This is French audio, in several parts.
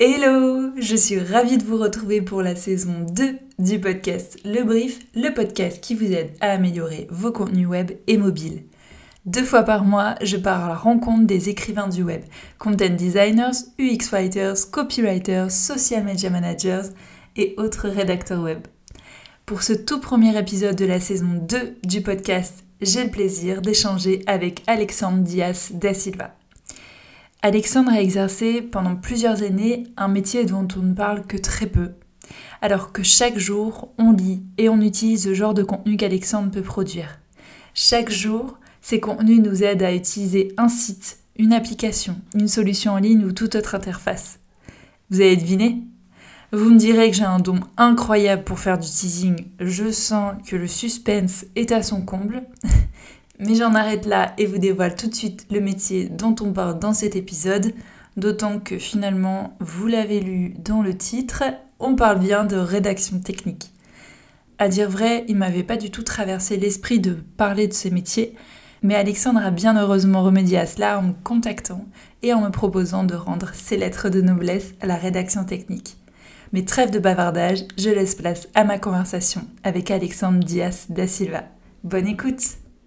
Hello, je suis ravie de vous retrouver pour la saison 2 du podcast Le Brief, le podcast qui vous aide à améliorer vos contenus web et mobiles. 2 fois par mois, je pars à la rencontre des écrivains du web, content designers, UX writers, copywriters, social media managers et autres rédacteurs web. Pour ce tout premier épisode de la saison 2 du podcast, j'ai le plaisir d'échanger avec Alexandre Dias da Silva. Alexandre a exercé pendant plusieurs années un métier dont on ne parle que très peu, alors que chaque jour, on lit et on utilise le genre de contenu qu'Alexandre peut produire. Chaque jour, ces contenus nous aident à utiliser un site, une application, une solution en ligne ou toute autre interface. Vous avez deviné ? Vous me direz que j'ai un don incroyable pour faire du teasing, je sens que le suspense est à son comble. Mais j'en arrête là et vous dévoile tout de suite le métier dont on parle dans cet épisode, d'autant que finalement, vous l'avez lu dans le titre, on parle bien de rédaction technique. À dire vrai, il m'avait pas du tout traversé l'esprit de parler de ces métiers, mais Alexandre a bien heureusement remédié à cela en me contactant et en me proposant de rendre ses lettres de noblesse à la rédaction technique. Mais trêve de bavardage, je laisse place à ma conversation avec Alexandre Dias da Silva. Bonne écoute!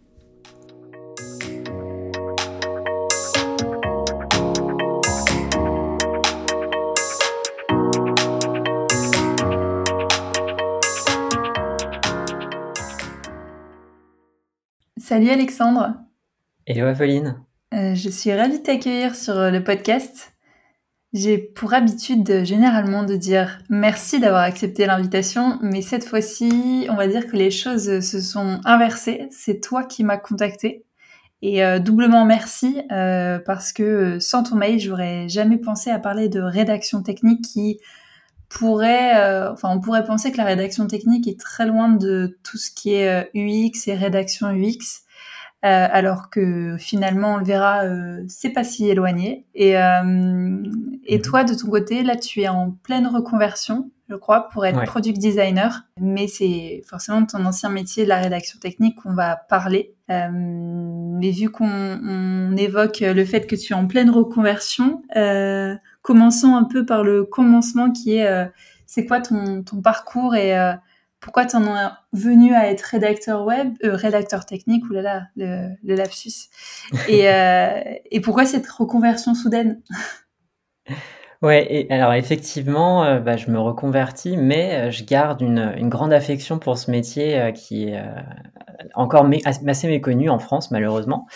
Salut Alexandre, Hello Apolline. je suis ravie de t'accueillir sur le podcast. J'ai pour habitude généralement de dire merci d'avoir accepté l'invitation, mais cette fois-ci, on va dire que les choses se sont inversées. C'est toi qui m'as contacté et doublement merci parce que sans ton mail, j'aurais jamais pensé à parler de rédaction technique qui pourrait, on pourrait penser que la rédaction technique est très loin de tout ce qui est UX et rédaction UX. Alors que finalement, on le verra, c'est pas si éloigné. Et toi, de ton côté, là, tu es en pleine reconversion, je crois, pour être Ouais. product designer. Mais c'est forcément de ton ancien métier de la rédaction technique qu'on va parler. Mais vu qu'on évoque le fait que tu es en pleine reconversion, commençons un peu par le commencement qui est, c'est quoi ton parcours et pourquoi tu en es venu à être rédacteur technique, oulala, le lapsus. Et pourquoi cette reconversion soudaine ? Ouais, et alors effectivement, je me reconvertis, mais je garde une grande affection pour ce métier, qui est, encore assez méconnu en France malheureusement.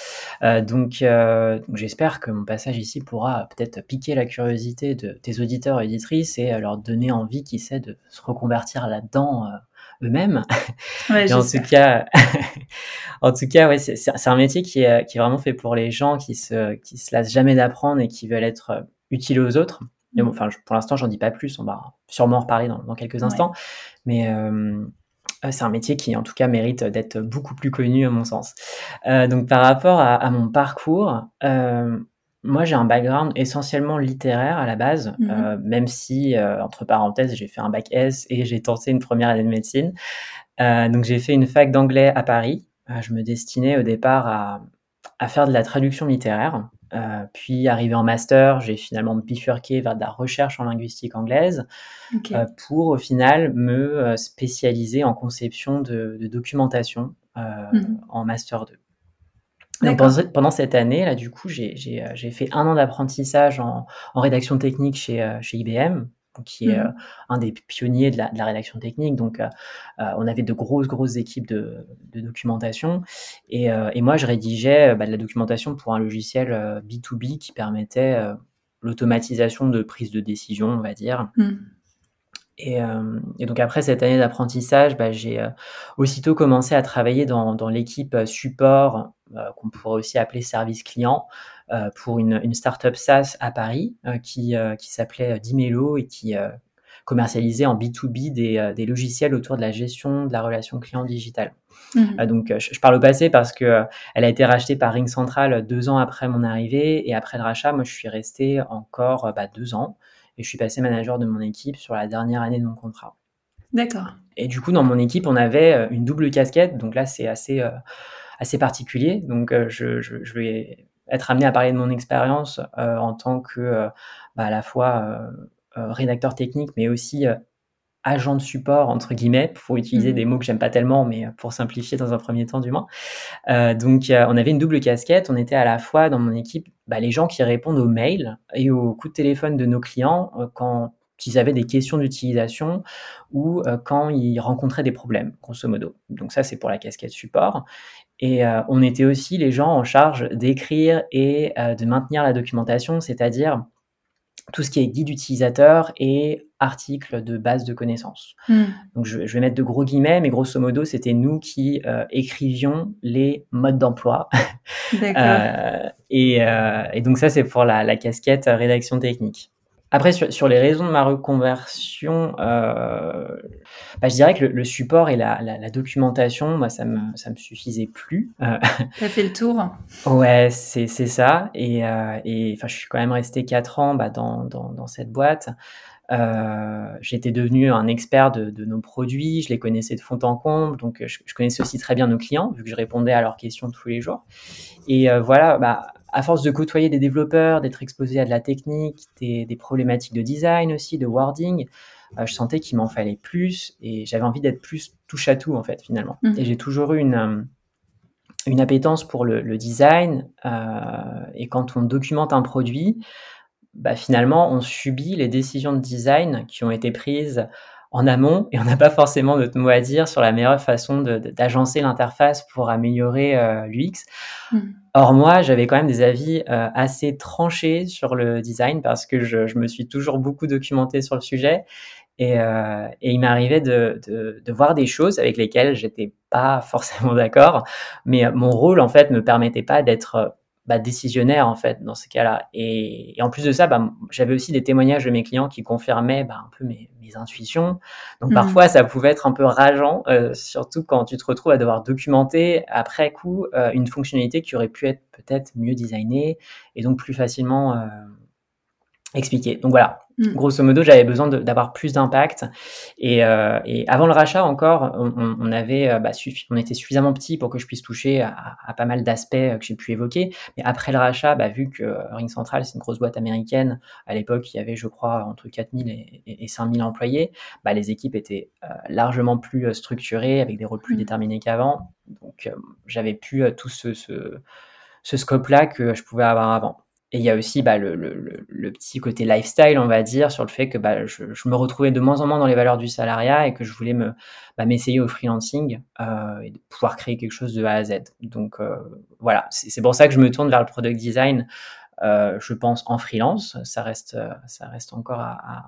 Donc j'espère que mon passage ici pourra peut-être piquer la curiosité de tes auditeurs et auditrices et leur donner envie, qui sait, de se reconvertir là-dedans, eux-mêmes. Ouais, Mais en tout j'espère. cas en tout cas, ouais, c'est un métier qui est vraiment fait pour les gens qui se lassent jamais d'apprendre et qui veulent être, utiles aux autres. Mais bon, enfin, pour l'instant, j'en dis pas plus, on va sûrement en reparler dans quelques Ouais. instants. Mais c'est un métier qui, en tout cas, mérite d'être beaucoup plus connu à mon sens. Donc par rapport à mon parcours, moi, j'ai un background essentiellement littéraire à la base, Mhm. même si, entre parenthèses, j'ai fait un bac S et j'ai tenté une première année de médecine. Donc j'ai fait une fac d'anglais à Paris. Je me destinais au départ à faire de la traduction littéraire. Puis arrivé en master, j'ai finalement bifurqué vers de la recherche en linguistique anglaise, Ok. pour au final me spécialiser en conception de documentation, Mhm. en master 2. Donc D'accord. pendant cette année là, du coup, j'ai fait 1 an d'apprentissage en rédaction technique chez IBM, donc qui est, Mhm. un des pionniers de la rédaction technique. Donc on avait de grosses équipes de documentation et moi je rédigeais, de la documentation pour un logiciel, B2B qui permettait, l'automatisation de prise de décision, on va dire. Mhm. Et donc après cette année d'apprentissage, j'ai, aussitôt commencé à travailler dans l'équipe, support, qu'on pourrait aussi appeler service client, pour une start-up SaaS à Paris, qui s'appelait, Dimelo et qui, commercialisait en B2B des logiciels autour de la gestion de la relation client digitale. Mhm. Donc je parle au passé parce que, elle a été rachetée par RingCentral 2 ans après mon arrivée et après le rachat, moi je suis resté encore, 2 ans et je suis passé manager de mon équipe sur la dernière année de mon contrat. D'accord. Et du coup, dans mon équipe, on avait, une double casquette, donc là, c'est assez particulier. Donc je vais être amené à parler de mon expérience, en tant que, à la fois, rédacteur technique, mais aussi agent de support entre guillemets, pour utiliser des mots que j'aime pas tellement, mais pour simplifier dans un premier temps du moins. Donc on avait une double casquette. On était à la fois dans mon équipe les gens qui répondent aux mails et aux coups de téléphone de nos clients quand ils avaient des questions d'utilisation ou quand ils rencontraient des problèmes, grosso modo. Donc ça, c'est pour la casquette support. Et on était aussi les gens en charge d'écrire et de maintenir la documentation, c'est-à-dire tout ce qui est guide utilisateur et articles de base de connaissances. Donc je vais mettre de gros guillemets, mais grosso modo, c'était nous qui écrivions les modes d'emploi. D'accord. Et donc ça, c'est pour la casquette rédaction technique. Après, sur les raisons de ma reconversion, je dirais que le support et la documentation, moi, ça me suffisait plus. T'as fait le tour? Ouais, c'est ça. Et enfin, je suis quand même resté 4 ans dans cette boîte. J'étais devenu un expert de nos produits, je les connaissais de fond en comble, donc je connaissais aussi très bien nos clients, vu que je répondais à leurs questions tous les jours. Et voilà, à force de côtoyer des développeurs, d'être exposé à de la technique, des problématiques de design aussi, de wording, je sentais qu'il m'en fallait plus et j'avais envie d'être plus touche à tout en fait finalement. Et j'ai toujours eu une appétence pour le design et quand on documente un produit, finalement, on subit les décisions de design qui ont été prises en amont et on n'a pas forcément notre mot à dire sur la meilleure façon d'agencer l'interface pour améliorer l'UX. Or moi, j'avais quand même des avis assez tranchés sur le design parce que je me suis toujours beaucoup documenté sur le sujet et il m'arrivait de voir des choses avec lesquelles j'étais pas forcément d'accord, mais mon rôle en fait me permettait pas d'être décisionnaire en fait dans ces cas-là. Et en plus de ça, j'avais aussi des témoignages de mes clients qui confirmaient un peu mes intuitions. Donc parfois ça pouvait être un peu rageant, surtout quand tu te retrouves à devoir documenter après coup une fonctionnalité qui aurait pu être peut-être mieux designée et donc plus facilement expliquée. Donc voilà. Grosso modo, j'avais besoin d'avoir plus d'impact. Et avant le rachat encore, on avait, on était suffisamment petit pour que je puisse toucher à pas mal d'aspects que j'ai pu évoquer. Mais après le rachat, vu que RingCentral, c'est une grosse boîte américaine, à l'époque, il y avait, je crois, entre 4000 et 5000 employés, les équipes étaient largement plus structurées, avec des rôles plus déterminés qu'avant. Donc, j'avais plus tout ce scope-là que je pouvais avoir avant. Et il y a aussi le petit côté lifestyle, on va dire, sur le fait que je me retrouvais de moins en moins dans les valeurs du salariat et que je voulais m'essayer au freelancing et de pouvoir créer quelque chose de A à Z. Donc voilà, c'est pour ça que je me tourne vers le product design, je pense en freelance. Ça reste encore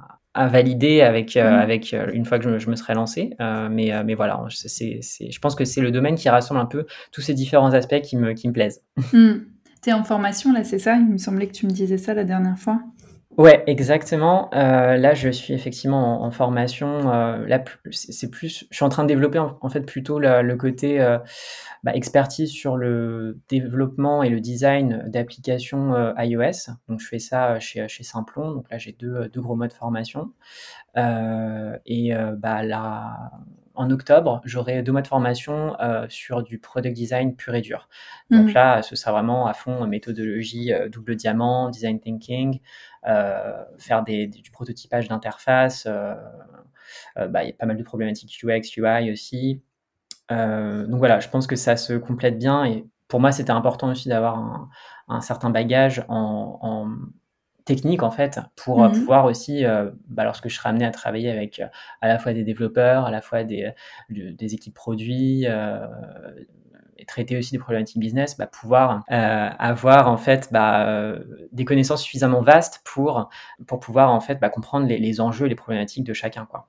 à valider avec une fois que je me serai lancé. Mais voilà, je pense que c'est le domaine qui rassemble un peu tous ces différents aspects qui me plaisent. T'es en formation là, c'est ça? Il me semblait que tu me disais ça la dernière fois. Ouais, exactement. Là, je suis effectivement en formation. Là, c'est plus, je suis en train de développer en fait plutôt le côté expertise sur le développement et le design d'applications iOS. Donc, je fais ça chez Simplon. Donc là, j'ai deux gros modes formation. Là, en octobre, j'aurai 2 mois de formation sur du product design pur et dur. Donc là, ce sera vraiment à fond méthodologie double diamant, design thinking, faire du prototypage d'interface. Il y a pas mal de problématiques UX, UI aussi. Donc voilà, je pense que ça se complète bien et pour moi, c'était important aussi d'avoir un certain bagage en technique en fait pour pouvoir aussi, lorsque je serai amené à travailler avec à la fois des développeurs, à la fois des équipes produits, et traiter aussi des problématiques business, pouvoir avoir en fait des connaissances suffisamment vastes pour pouvoir en fait comprendre les enjeux et les problématiques de chacun, quoi.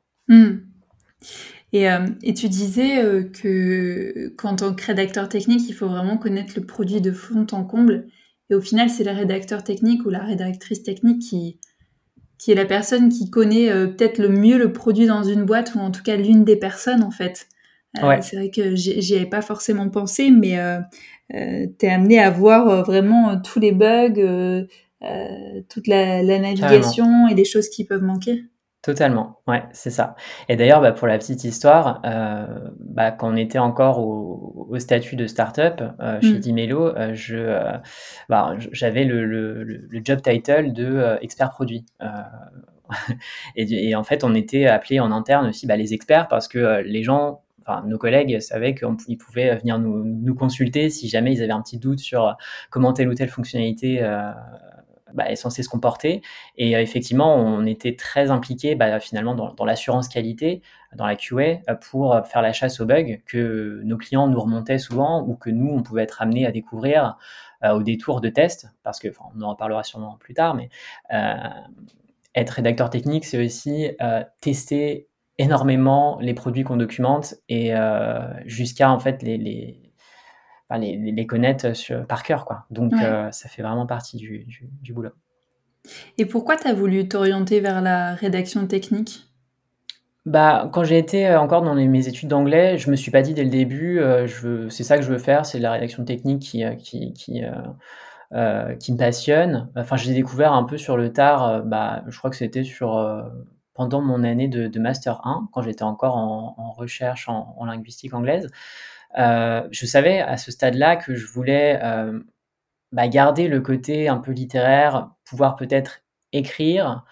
Et tu disais que qu'en tant que rédacteur technique, il faut vraiment connaître le produit de fond en comble. Et au final, c'est le rédacteur technique ou la rédactrice technique qui est la personne qui connaît peut-être le mieux le produit dans une boîte, ou en tout cas l'une des personnes en fait. Ouais. C'est vrai que j'y avais pas forcément pensé, mais t'es amené à voir vraiment tous les bugs, toute la navigation Carrément. et les choses qui peuvent manquer. Totalement, ouais, c'est ça. Et d'ailleurs, pour la petite histoire, quand on était encore au statut de start-up, chez Dimelo, j'avais le job title de expert produit. Et en fait, on était appelés en interne aussi les experts parce que les gens, enfin nos collègues savaient qu'ils pouvaient venir nous consulter si jamais ils avaient un petit doute sur comment telle ou telle fonctionnalité est censée se comporter. Et effectivement, on était très impliqués finalement dans l'assurance qualité, dans la QA, pour faire la chasse aux bugs que nos clients nous remontaient souvent ou que nous, on pouvait être amenés à découvrir au détour de tests, parce que, on en reparlera sûrement plus tard, mais être rédacteur technique, c'est aussi tester énormément les produits qu'on documente et jusqu'à en fait les connaître par cœur, quoi. Donc ça fait vraiment partie du boulot. Et pourquoi tu as voulu t'orienter vers la rédaction technique ? Quand j'ai été encore dans mes études d'anglais, je me suis pas dit dès le début, c'est ça que je veux faire, c'est la rédaction technique qui me passionne. Enfin, je l'ai découvert un peu sur le tard, je crois que c'était pendant mon année de master 1, quand j'étais encore en recherche en linguistique anglaise. Je savais à ce stade-là que je voulais garder le côté un peu littéraire, pouvoir peut-être écrire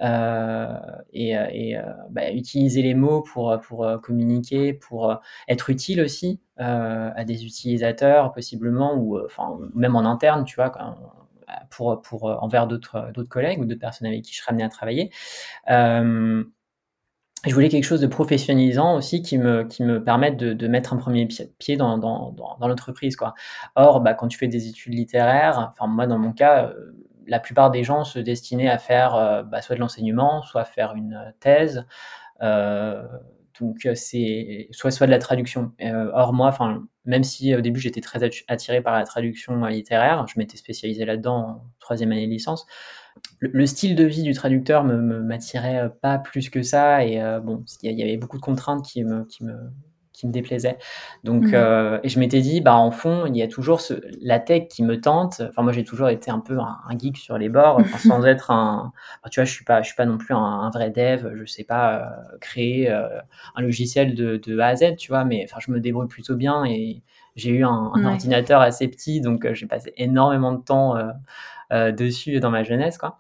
utiliser les mots pour communiquer, pour être utile aussi à des utilisateurs possiblement ou même en interne, tu vois, pour envers d'autres collègues ou d'autres personnes avec qui je serais amené à travailler. Je voulais quelque chose de professionnalisant aussi qui me permette de mettre un premier pied dans l'entreprise, quoi. Or, quand tu fais des études littéraires, enfin moi dans mon cas, la plupart des gens se destinaient à faire soit de l'enseignement, soit faire une thèse, donc c'est soit de la traduction. Or moi, même si au début j'étais très attiré par la traduction littéraire, je m'étais spécialisé là-dedans en 3e année de licence. Le style de vie du traducteur m'attirait pas plus que ça et il y avait beaucoup de contraintes qui me déplaisaient. Donc et je m'étais dit, en fond, il y a toujours la tech qui me tente. Enfin, moi, j'ai toujours été un peu un geek sur les bords, sans être tu vois, je suis pas non plus un vrai dev. Je sais pas créer un logiciel de A à Z, tu vois, mais je me débrouille plutôt bien et j'ai eu un ordinateur assez petit, donc j'ai passé énormément de temps dessus dans ma jeunesse, quoi.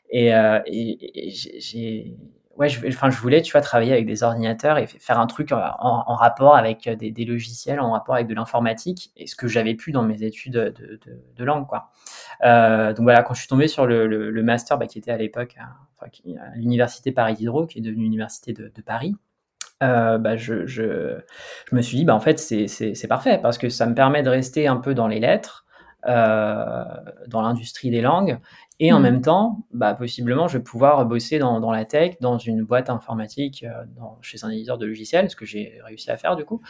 Je voulais, tu vois, travailler avec des ordinateurs et faire un truc en rapport avec des logiciels, en rapport avec de l'informatique, et ce que j'avais pu dans mes études de langue, quoi. Donc voilà, quand je suis tombé sur le master qui était à l'époque à l'université Paris Diderot, qui est devenue l'université de Paris, je me suis dit, en fait, c'est parfait parce que ça me permet de rester un peu dans les lettres, dans l'industrie des langues, et en même temps, possiblement, je vais pouvoir bosser dans la tech, dans une boîte informatique, chez un éditeur de logiciels, ce que j'ai réussi à faire du coup.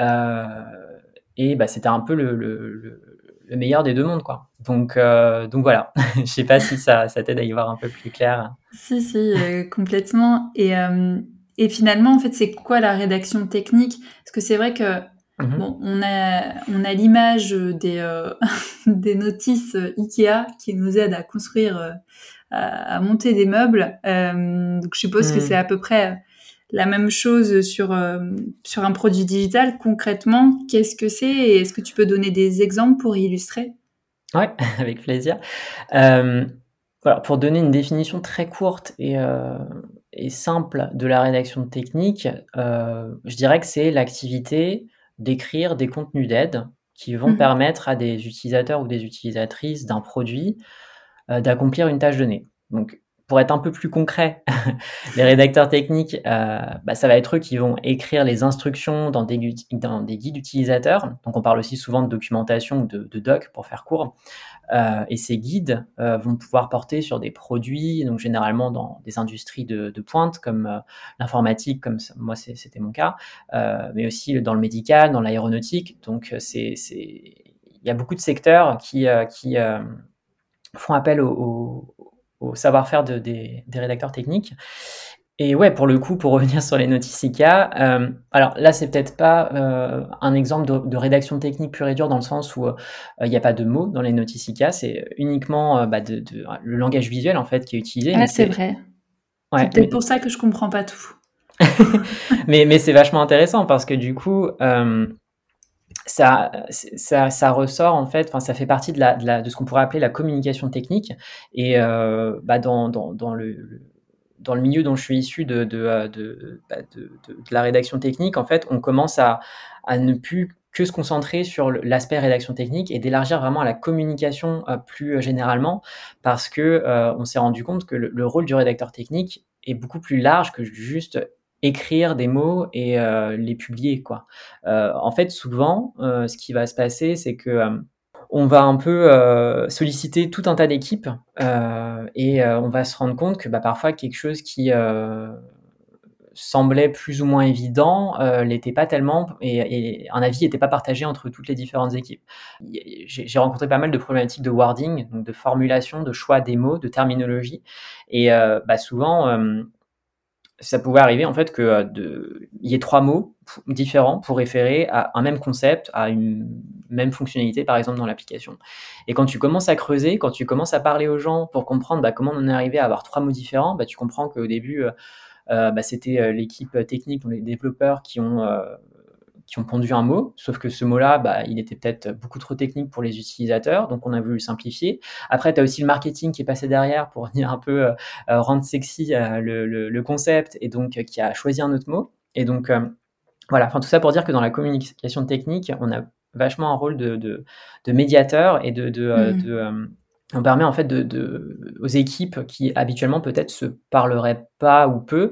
Et c'était un peu le meilleur des deux mondes, quoi. Donc voilà. Je sais pas si ça t'aide à y voir un peu plus clair. Si, complètement. Et finalement, en fait, c'est quoi la rédaction technique ? Parce que c'est vrai que on a l'image des notices Ikea qui nous aident à construire, à monter des meubles. Donc je suppose que c'est à peu près la même chose sur un produit digital. Concrètement, qu'est-ce que c'est ? Et est-ce que tu peux donner des exemples pour illustrer ? Ouais, avec plaisir. Alors, pour donner une définition très courte et simple de la rédaction technique, je dirais que c'est l'activité d'écrire des contenus d'aide qui vont permettre à des utilisateurs ou des utilisatrices d'un produit d'accomplir une tâche donnée. Donc, pour être un peu plus concret, les rédacteurs techniques, ça va être eux qui vont écrire les instructions dans des guides utilisateurs. Donc, on parle aussi souvent de documentation ou de doc pour faire court. Et ces guides vont pouvoir porter sur des produits, donc généralement dans des industries de pointe comme l'informatique, comme ça, moi c'était mon cas, mais aussi dans le médical, dans l'aéronautique. Donc il y a beaucoup de secteurs qui font appel au savoir-faire des rédacteurs techniques. Et ouais, pour le coup, pour revenir sur les notices ICA, alors là, c'est peut-être pas un exemple de rédaction technique pure et dure dans le sens où il n'y a pas de mots dans les notices ICA, c'est uniquement le langage visuel en fait qui est utilisé. Ah, c'est vrai. Ouais, c'est peut-être pour ça que je comprends pas tout. mais c'est vachement intéressant parce que du coup, ça ressort en fait, ça fait partie de ce qu'on pourrait appeler la communication technique et dans dans le milieu dont je suis issu de la rédaction technique, en fait, on commence à ne plus que se concentrer sur l'aspect rédaction technique et d'élargir vraiment à la communication plus généralement, parce que on s'est rendu compte que le rôle du rédacteur technique est beaucoup plus large que juste écrire des mots et les publier, quoi. En fait, souvent, ce qui va se passer, c'est que on va un peu solliciter tout un tas d'équipes et on va se rendre compte que parfois quelque chose qui semblait plus ou moins évident l'était pas tellement et un avis n'était pas partagé entre toutes les différentes équipes. J'ai rencontré pas mal de problématiques de wording, donc de formulation, de choix des mots, de terminologie et souvent ça pouvait arriver en fait que il y ait 3 mots différents pour référer à un même concept, à une même fonctionnalité, par exemple, dans l'application. Et quand tu commences à creuser, quand tu commences à parler aux gens pour comprendre comment on en est arrivé à avoir 3 mots différents, tu comprends qu'au début, c'était l'équipe technique, les développeurs qui ont pondu un mot, sauf que ce mot-là, il était peut-être beaucoup trop technique pour les utilisateurs, donc on a voulu le simplifier. Après, tu as aussi le marketing qui est passé derrière pour venir un peu rendre sexy le concept, et donc qui a choisi un autre mot. Et donc, voilà, enfin tout ça pour dire que dans la communication technique, on a vachement un rôle de médiateur et on permet en fait aux équipes qui habituellement peut-être se parleraient pas ou peu,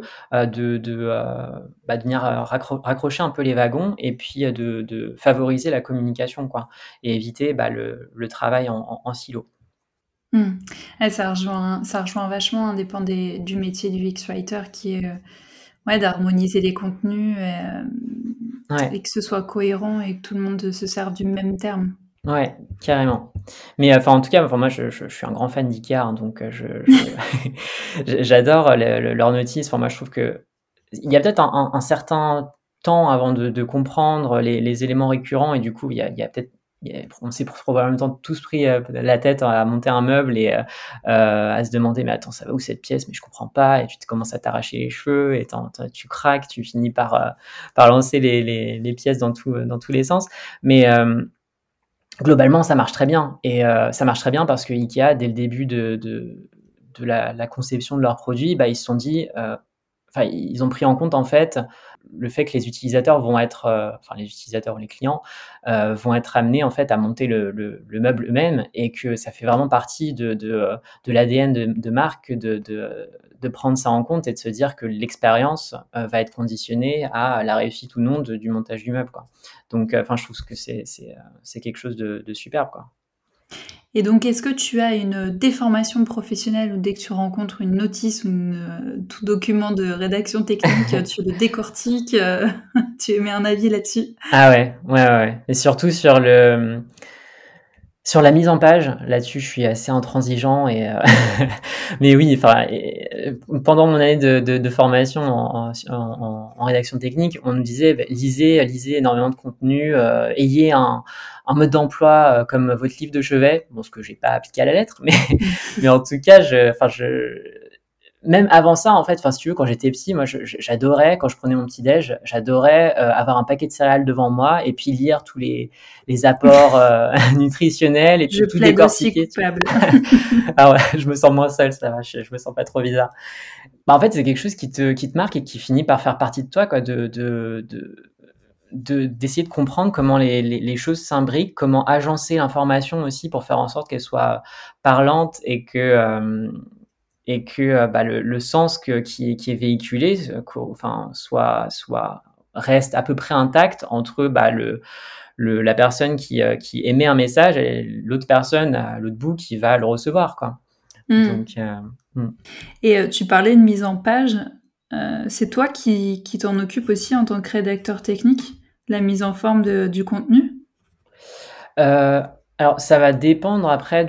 de venir raccrocher un peu les wagons et puis de favoriser la communication, quoi, et éviter le travail en silo. Ouais, ça rejoint vachement un des pans du métier du UX-writer qui est ouais, d'harmoniser les contenus et Ouais. que ce soit cohérent et que tout le monde se serve du même terme. Ouais, carrément. Mais enfin, en tout cas, moi, je suis un grand fan d'IKEA, hein, donc j'adore leurs notices. Enfin, moi, je trouve que il y a peut-être un certain temps avant de comprendre les éléments récurrents et du coup, il y a peut-être on s'est probablement tous pris la tête à monter un meuble et à se demander: «Mais attends, ça va où cette pièce? Mais je comprends pas» et tu te commences à t'arracher les cheveux et tu craques, tu finis par lancer les pièces dans tous les sens. Mais globalement, ça marche très bien et ça marche très bien parce que IKEA, dès le début de la conception de leurs produits, ils se sont dit, enfin, ils ont pris en compte, en fait, le fait que les utilisateurs vont être, enfin, les utilisateurs ou les clients, vont être amenés, en fait, à monter le meuble eux-mêmes et que ça fait vraiment partie de l'ADN de marque de prendre ça en compte et de se dire que l'expérience, va être conditionnée à la réussite ou non du montage du meuble, quoi. Donc, enfin, je trouve que c'est quelque chose de superbe, quoi. Et donc, est-ce que tu as une déformation professionnelle où dès que tu rencontres une notice ou tout document de rédaction technique, tu le décortiques, tu émets un avis là-dessus? Ah ouais, ouais, ouais, ouais et surtout sur la mise en page, là-dessus, je suis assez intransigeant et mais oui, enfin pendant mon année de formation en rédaction technique, on nous disait: lisez énormément de contenu, ayez un mode d'emploi, comme votre livre de chevet». Bon, ce que j'ai pas appliqué à la lettre, mais mais en tout cas, même avant ça, en fait, enfin, si tu veux, quand j'étais petit, moi, j'adorais, quand je prenais mon petit déj, j'adorais avoir un paquet de céréales devant moi et puis lire tous les apports nutritionnels et Je puis tout plaide aussi décortiquer. coupable. Ah ouais, je me sens moins seul, ça va, je me sens pas trop bizarre. En fait, c'est quelque chose qui te marque et qui finit par faire partie de toi, quoi, d'essayer de comprendre comment les choses s'imbriquent, comment agencer l'information aussi pour faire en sorte qu'elle soit parlante et que le sens qui est véhiculé enfin, reste à peu près intact entre la personne qui émet un message et l'autre personne à l'autre bout qui va le recevoir, quoi. Mmh. Donc, mmh. Et tu parlais de mise en page, c'est toi qui t'en occupes aussi en tant que rédacteur technique? La mise en forme du contenu? Alors ça va dépendre après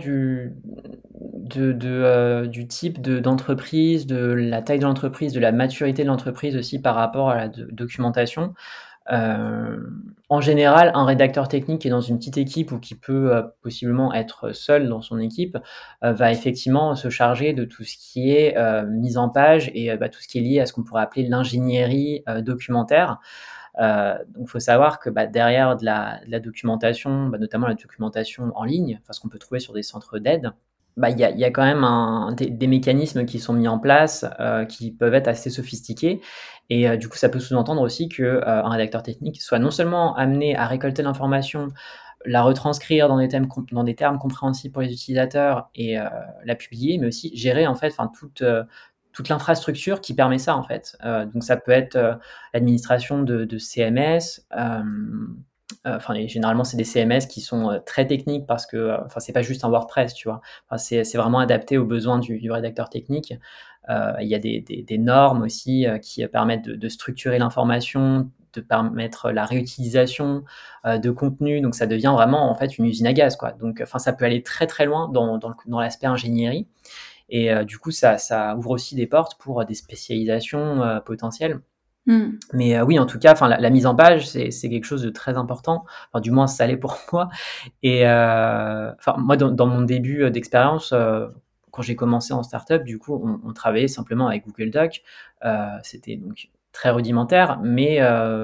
du type d'entreprise, de la taille de l'entreprise, de la maturité de l'entreprise aussi par rapport à la documentation. En général, un rédacteur technique qui est dans une petite équipe ou qui peut, possiblement être seul dans son équipe, va effectivement se charger de tout ce qui est, mise en page et tout ce qui est lié à ce qu'on pourrait appeler l'ingénierie, documentaire. Donc il faut savoir que, derrière de la documentation, notamment la documentation en ligne, enfin ce qu'on peut trouver sur des centres d'aide, il y a quand même des mécanismes qui sont mis en place, qui peuvent être assez sophistiqués et du coup, ça peut sous-entendre aussi que, un rédacteur technique soit non seulement amené à récolter l'information, la retranscrire dans des termes compréhensibles pour les utilisateurs et la publier, mais aussi gérer en fait, enfin toute l'infrastructure qui permet ça en fait. Donc ça peut être, l'administration de CMS, enfin et généralement c'est des CMS qui sont, très techniques parce que, enfin c'est pas juste un WordPress, tu vois? Enfin c'est vraiment adapté aux besoins du rédacteur technique. Il y a des normes aussi, qui permettent de structurer l'information, de permettre la réutilisation, de contenu, donc ça devient vraiment en fait une usine à gaz, quoi. Donc enfin ça peut aller très, très loin dans l'aspect ingénierie et du coup ça ouvre aussi des portes pour, des spécialisations, potentielles. Mmh. Mais oui, en tout cas, enfin la mise en page, c'est quelque chose de très important. Enfin, du moins, ça l'est pour moi et enfin moi, dans mon début, d'expérience, quand j'ai commencé en startup, du coup, on travaillait simplement avec Google Docs. C'était donc très rudimentaire, mais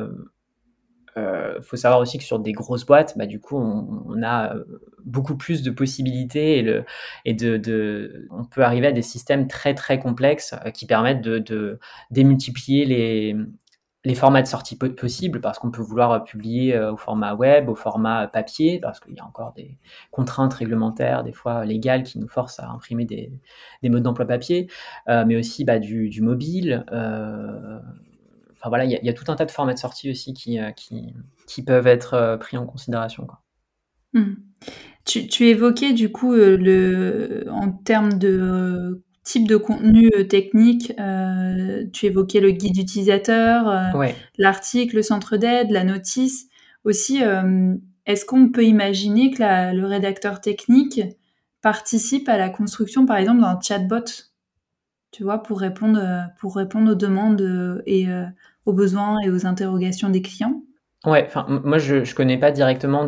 faut savoir aussi que sur des grosses boîtes, bah, du coup, on a, beaucoup plus de possibilités on peut arriver à des systèmes très, très complexes, qui permettent de démultiplier les formats de sortie possibles parce qu'on peut vouloir, publier, au format web, au format papier, parce qu'il y a encore des contraintes réglementaires, des fois légales, qui nous forcent à imprimer des modes d'emploi papier, mais aussi, bah, du mobile, enfin voilà, il y a tout un tas de formats de sortie aussi qui peuvent être, pris en considération, quoi. Mmh. Tu évoquais du coup, en termes de, type de contenu, technique, tu évoquais le guide utilisateur, Ouais. l'article, le centre d'aide, la notice. Aussi, est-ce qu'on peut imaginer que le rédacteur technique participe à la construction, par exemple, d'un chatbot? Tu vois? Pour répondre aux demandes, et aux besoins et aux interrogations des clients? Ouais, enfin, moi je connais pas directement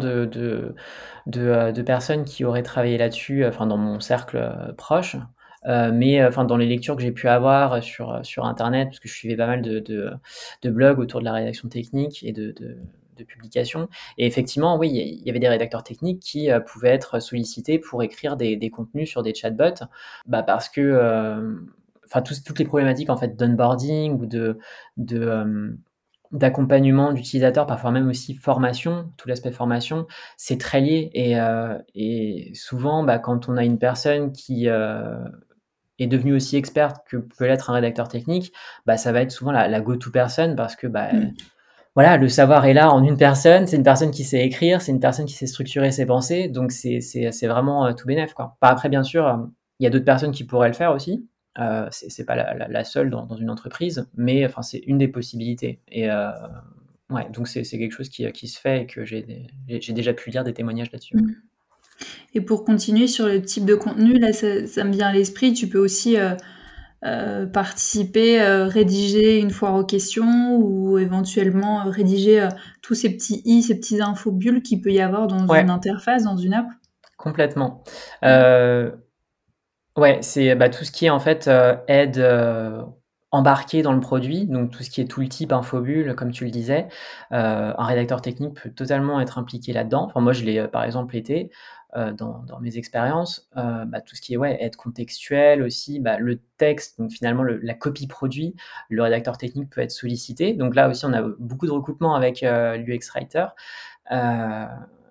de personnes qui auraient travaillé là-dessus, enfin dans mon cercle, proche. Mais enfin dans les lectures que j'ai pu avoir sur internet, parce que je suivais pas mal de blogs autour de la rédaction technique et de publications et effectivement, oui, il y avait des rédacteurs techniques qui, pouvaient être sollicités pour écrire des contenus sur des chatbots. Bah, parce que, enfin toutes les problématiques en fait d'onboarding ou de, d'accompagnement d'utilisateurs, parfois même aussi formation, tout l'aspect formation, c'est très lié et souvent, bah, quand on a une personne qui, est devenue aussi experte que peut l'être un rédacteur technique, bah, ça va être souvent la go-to person parce que, bah, Mmh. voilà, le savoir est là en une personne, c'est une personne qui sait écrire, c'est une personne qui sait structurer ses pensées, donc c'est vraiment, tout bénef, quoi. Bah, après bien sûr, il y a d'autres personnes qui pourraient le faire aussi, c'est pas la seule dans une entreprise, mais enfin, c'est une des possibilités et ouais, donc c'est quelque chose qui se fait et que j'ai déjà pu lire des témoignages là-dessus, ouais. Mmh. Et pour continuer sur le type de contenu, là, ça me vient à l'esprit, tu peux aussi, participer, rédiger une foire aux questions ou éventuellement, rédiger, tous ces petits ces petits infobulles qu'il peut y avoir dans une Ouais, interface, dans une app. complètement. Mmh. Ouais, c'est, bah, tout ce qui est en fait, aide, embarquée dans le produit, donc tout ce qui est tooltip, Infobule, comme tu le disais. Un rédacteur technique peut totalement être impliqué là-dedans. Enfin moi je l'ai, par exemple été, dans mes expériences. Bah, tout ce qui est, ouais, aide contextuelle aussi, bah, le texte, donc finalement la copie produit, le rédacteur technique peut être sollicité. Donc là aussi on a beaucoup de recoupement avec, l'UX Writer. Heu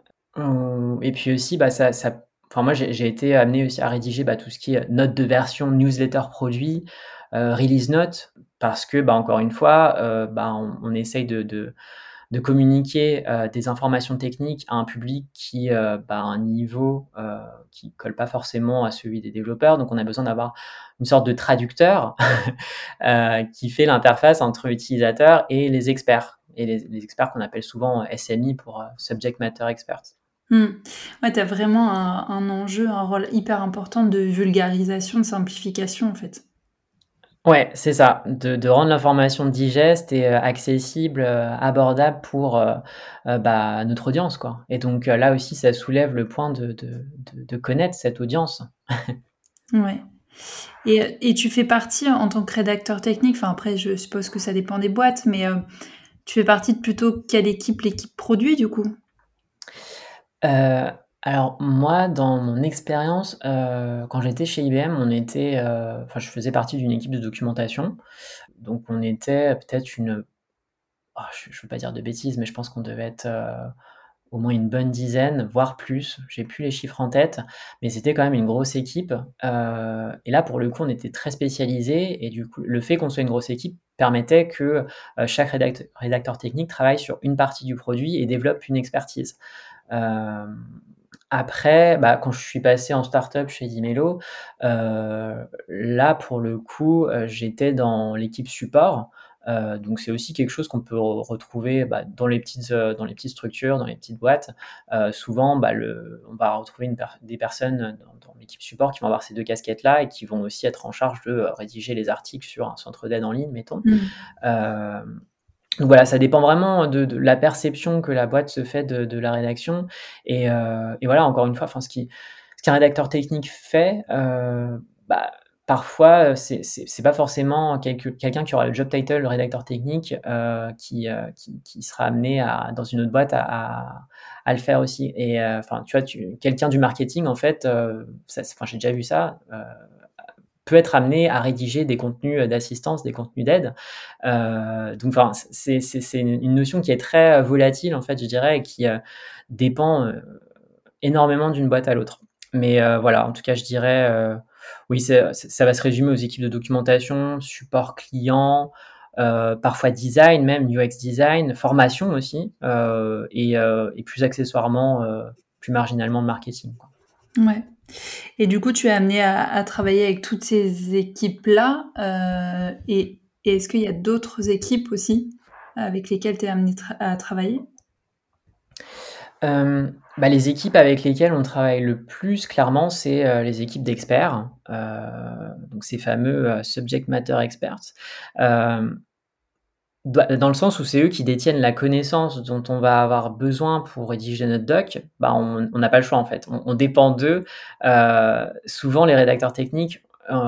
et puis aussi, bah, ça enfin moi j'ai été amené aussi à rédiger, bah, tout ce qui est notes de version, newsletter produit, release notes parce que, bah, encore une fois, bah, on essaye de communiquer, des informations techniques à un public qui, bah, a un niveau, qui colle pas forcément à celui des développeurs. Donc on a besoin d'avoir une sorte de traducteur, qui fait l'interface entre l'utilisateur et les experts et les experts qu'on appelle souvent, SMI pour, subject matter experts. Mmh. Ouais, tu as vraiment un enjeu, un rôle hyper important de vulgarisation, de simplification, en fait. Ouais, c'est ça, de rendre l'information digeste et accessible, abordable pour, bah, notre audience, quoi et donc là aussi, ça soulève le point de connaître cette audience. Ouais. Et tu fais partie en tant que rédacteur technique, enfin après je suppose que ça dépend des boîtes, mais, tu fais partie de plutôt quelle équipe? L'équipe produit, du coup? Heu, Alors moi, dans mon expérience, quand j'étais chez IBM, on était, enfin je faisais partie d'une équipe de documentation. Donc on était peut-être je veux pas dire de bêtises, mais je pense qu'on devait être, au moins une bonne dizaine, voire plus. J'ai plus les chiffres en tête, mais c'était quand même une grosse équipe, et là, pour le coup, on était très spécialisés et du coup, le fait qu'on soit une grosse équipe permettait que, chaque rédacteur technique travaille sur une partie du produit et développe une expertise. Hem, Après, bah, quand je suis passé en start-up chez Dimelo, là, pour le coup, j'étais dans l'équipe support, donc c'est aussi quelque chose qu'on peut retrouver, bah, dans les petites structures, dans les petites boîtes. Souvent, bah, on va retrouver des personnes dans l'équipe support qui vont avoir ces 2 casquettes-là et qui vont aussi être en charge de, rédiger les articles sur un centre d'aide en ligne, mettons. Mmh. Hem Donc voilà, ça dépend vraiment de la perception que la boîte se fait de la rédaction et voilà, encore une fois, enfin ce qu'un rédacteur technique fait, bah, parfois, c'est pas forcément quelqu'un qui aura le job title rédacteur technique, qui sera amené dans une autre boîte à le faire aussi et enfin, tu vois, quelqu'un du marketing, en fait, enfin, j'ai déjà vu ça, peut être amené à rédiger des contenus, d'assistance, des contenus d'aide. Donc enfin, c'est une notion qui est très, volatile en fait, je dirais et qui, dépend, énormément d'une boîte à l'autre. Mais, voilà, en tout cas, je dirais, oui, ça va se résumer aux équipes de documentation, support client, parfois design même, UX design, formation aussi, et plus accessoirement, plus marginalement le marketing, quoi. Ouais. Et du coup, tu es amené à travailler avec toutes ces équipes-là, et est-ce qu'il y a d'autres équipes aussi avec lesquelles tu es amené à travailler? Bah, les équipes avec lesquelles on travaille le plus clairement, c'est, les équipes d'experts, donc ces fameux, subject matter experts. Hem, Dans le sens où c'est eux qui détiennent la connaissance dont on va avoir besoin pour rédiger notre doc, bah, on n'a pas le choix en fait. On dépend d'eux. Souvent les rédacteurs techniques,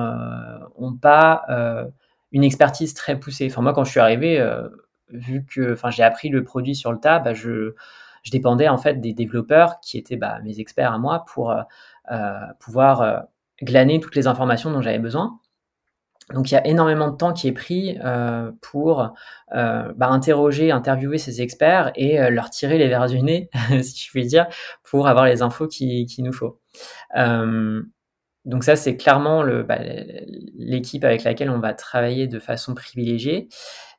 ont pas, une expertise très poussée. Enfin moi quand je suis arrivé, vu que enfin j'ai appris le produit sur le tas, bah, je dépendais en fait des développeurs qui étaient, bah, mes experts à moi pour, pouvoir, glaner toutes les informations dont j'avais besoin. Donc il y a énormément de temps qui est pris, pour, bah, interviewer ces experts et leur tirer les verres du nez, si je puis dire, pour avoir les infos qu'il nous faut. Hem, donc ça, c'est clairement l'équipe avec laquelle on va travailler de façon privilégiée.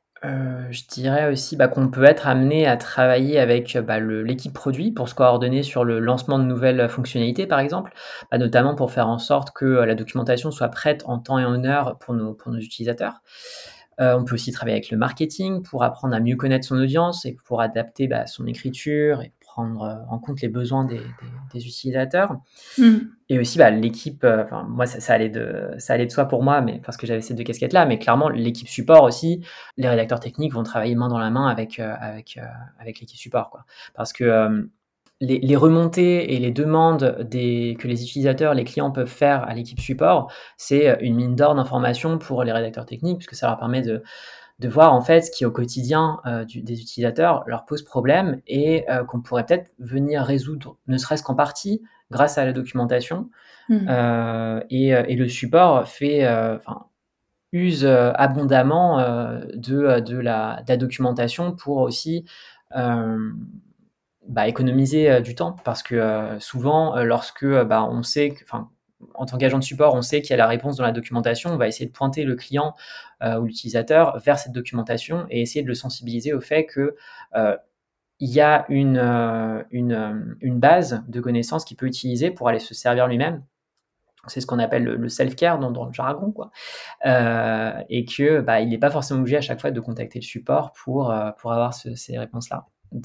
Je dirais aussi, bah, qu'on peut être amené à travailler avec, bah, l'équipe produit pour se coordonner sur le lancement de nouvelles, fonctionnalités, par exemple. Bah, notamment pour faire en sorte que, la documentation soit prête en temps et en heure pour nos utilisateurs. On peut aussi travailler avec le marketing pour apprendre à mieux connaître son audience et pour adapter, bah, son écriture et prendre, en compte les besoins des utilisateurs. Mmh. Et aussi, bah, l'équipe, enfin moi ça allait de soi pour moi, mais parce que j'avais ces 2 casquettes-là, mais clairement l'équipe support aussi, les rédacteurs techniques vont travailler main dans la main avec l'équipe support, quoi. Parce que, les remontées et les demandes que les utilisateurs, les clients peuvent faire à l'équipe support, c'est, une mine d'or d'informations pour les rédacteurs techniques, puisque ça leur permet de voir en fait ce qui au quotidien, des utilisateurs leur pose problème et qu'on pourrait peut-être venir résoudre, ne serait-ce qu'en partie, grâce à la documentation. Mmh. Et le support enfin, use, abondamment, de la documentation pour aussi, hem, bah, économiser, du temps. Parce que, souvent, lorsque, bah, on sait que enfin, en tant qu'agent de support, on sait qu'il y a la réponse dans la documentation, on va essayer de pointer le client, ou l'utilisateur vers cette documentation et essayer de le sensibiliser au fait que, heu, il y a une base de connaissances qu'il peut utiliser pour aller se servir lui-même. C'est ce qu'on appelle le self-care dans le jargon, quoi. Et que, bah, il n'est pas forcément obligé à chaque fois de contacter le support pour avoir ces réponses-là.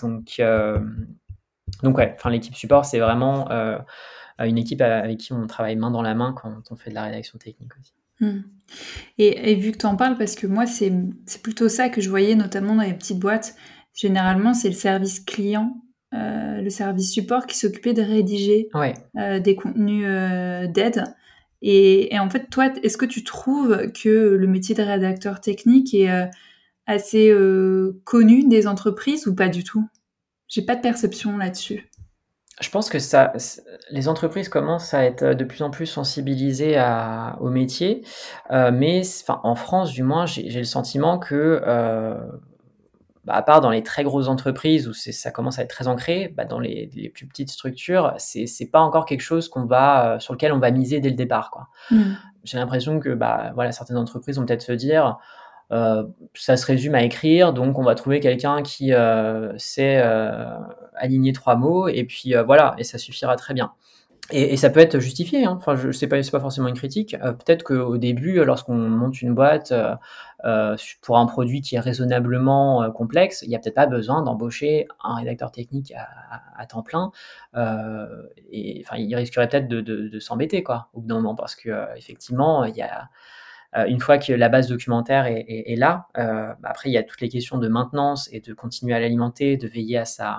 Donc ouais, enfin l'équipe support, c'est vraiment, une équipe avec qui on travaille main dans la main quand on fait de la rédaction technique aussi. Mmh. Et vu que tu en parles, parce que moi, c'est plutôt ça que je voyais notamment dans les petites boîtes. Généralement, c'est le service client, le service support qui s'occupait de rédiger, Ouais. des contenus, d'aide. Et en fait, toi, est-ce que tu trouves que le métier de rédacteur technique est, assez, connu des entreprises ou pas du tout? J'ai pas de perception là-dessus. Je pense que les entreprises commencent à être de plus en plus sensibilisées au métier, mais enfin, en France, du moins, j'ai le sentiment que, à part dans les très grosses entreprises où ça commence à être très ancré, dans les plus petites structures, c'est pas encore quelque chose sur lequel on va miser dès le départ, quoi. Mmh. J'ai l'impression que, voilà, certaines entreprises vont peut-être se dire: Ça se résume à écrire, donc on va trouver quelqu'un qui, sait, aligner 3 mots et puis, voilà, et ça suffira très bien. Et ça peut être justifié, hein. Enfin, je c'est pas forcément une critique. Peut-être qu'au début, lorsqu'on monte une boîte, pour un produit qui est raisonnablement, complexe, il y a peut-être pas besoin d'embaucher un rédacteur technique à temps plein, et enfin, il risquerait peut-être de s'embêter, quoi, au bout d'un moment parce que, effectivement, il y a une fois que la base documentaire est là, après il y a toutes les questions de maintenance et de continuer à l'alimenter, de veiller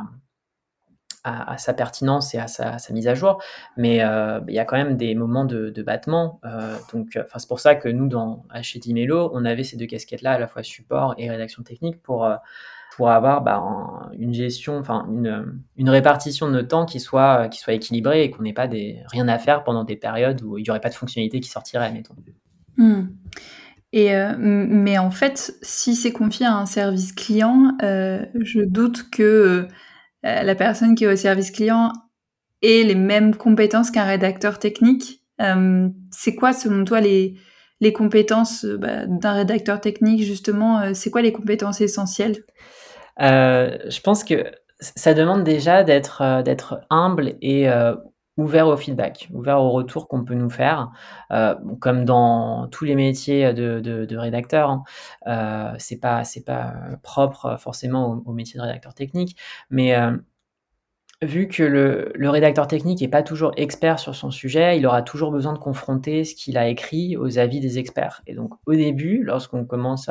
à sa pertinence et à sa mise à jour. Mais il y a quand même des moments de battement. Donc, enfin, c'est pour ça que nous, chez Dimelo, on avait ces deux casquettes-là, à la fois support et rédaction technique, pour avoir une gestion, enfin une répartition de notre temps qui soit équilibrée et qu'on n'ait pas rien à faire pendant des périodes où il n'y aurait pas de fonctionnalité qui sortirait, mettons. Mmh. Et mais en fait, si c'est confié à un service client, je doute que, la personne qui est au service client ait les mêmes compétences qu'un rédacteur technique. C'est quoi selon toi les compétences, d'un rédacteur technique justement, c'est quoi les compétences essentielles? Je pense que ça demande déjà d'être humble et ouvert au feedback, ouvert au retour qu'on peut nous faire. Bon, comme dans tous les métiers de rédacteur, hein, c'est pas propre forcément au métier de rédacteur technique. Mais vu que le rédacteur technique est pas toujours expert sur son sujet, il aura toujours besoin de confronter ce qu'il a écrit aux avis des experts. Et donc au début, lorsqu'on commence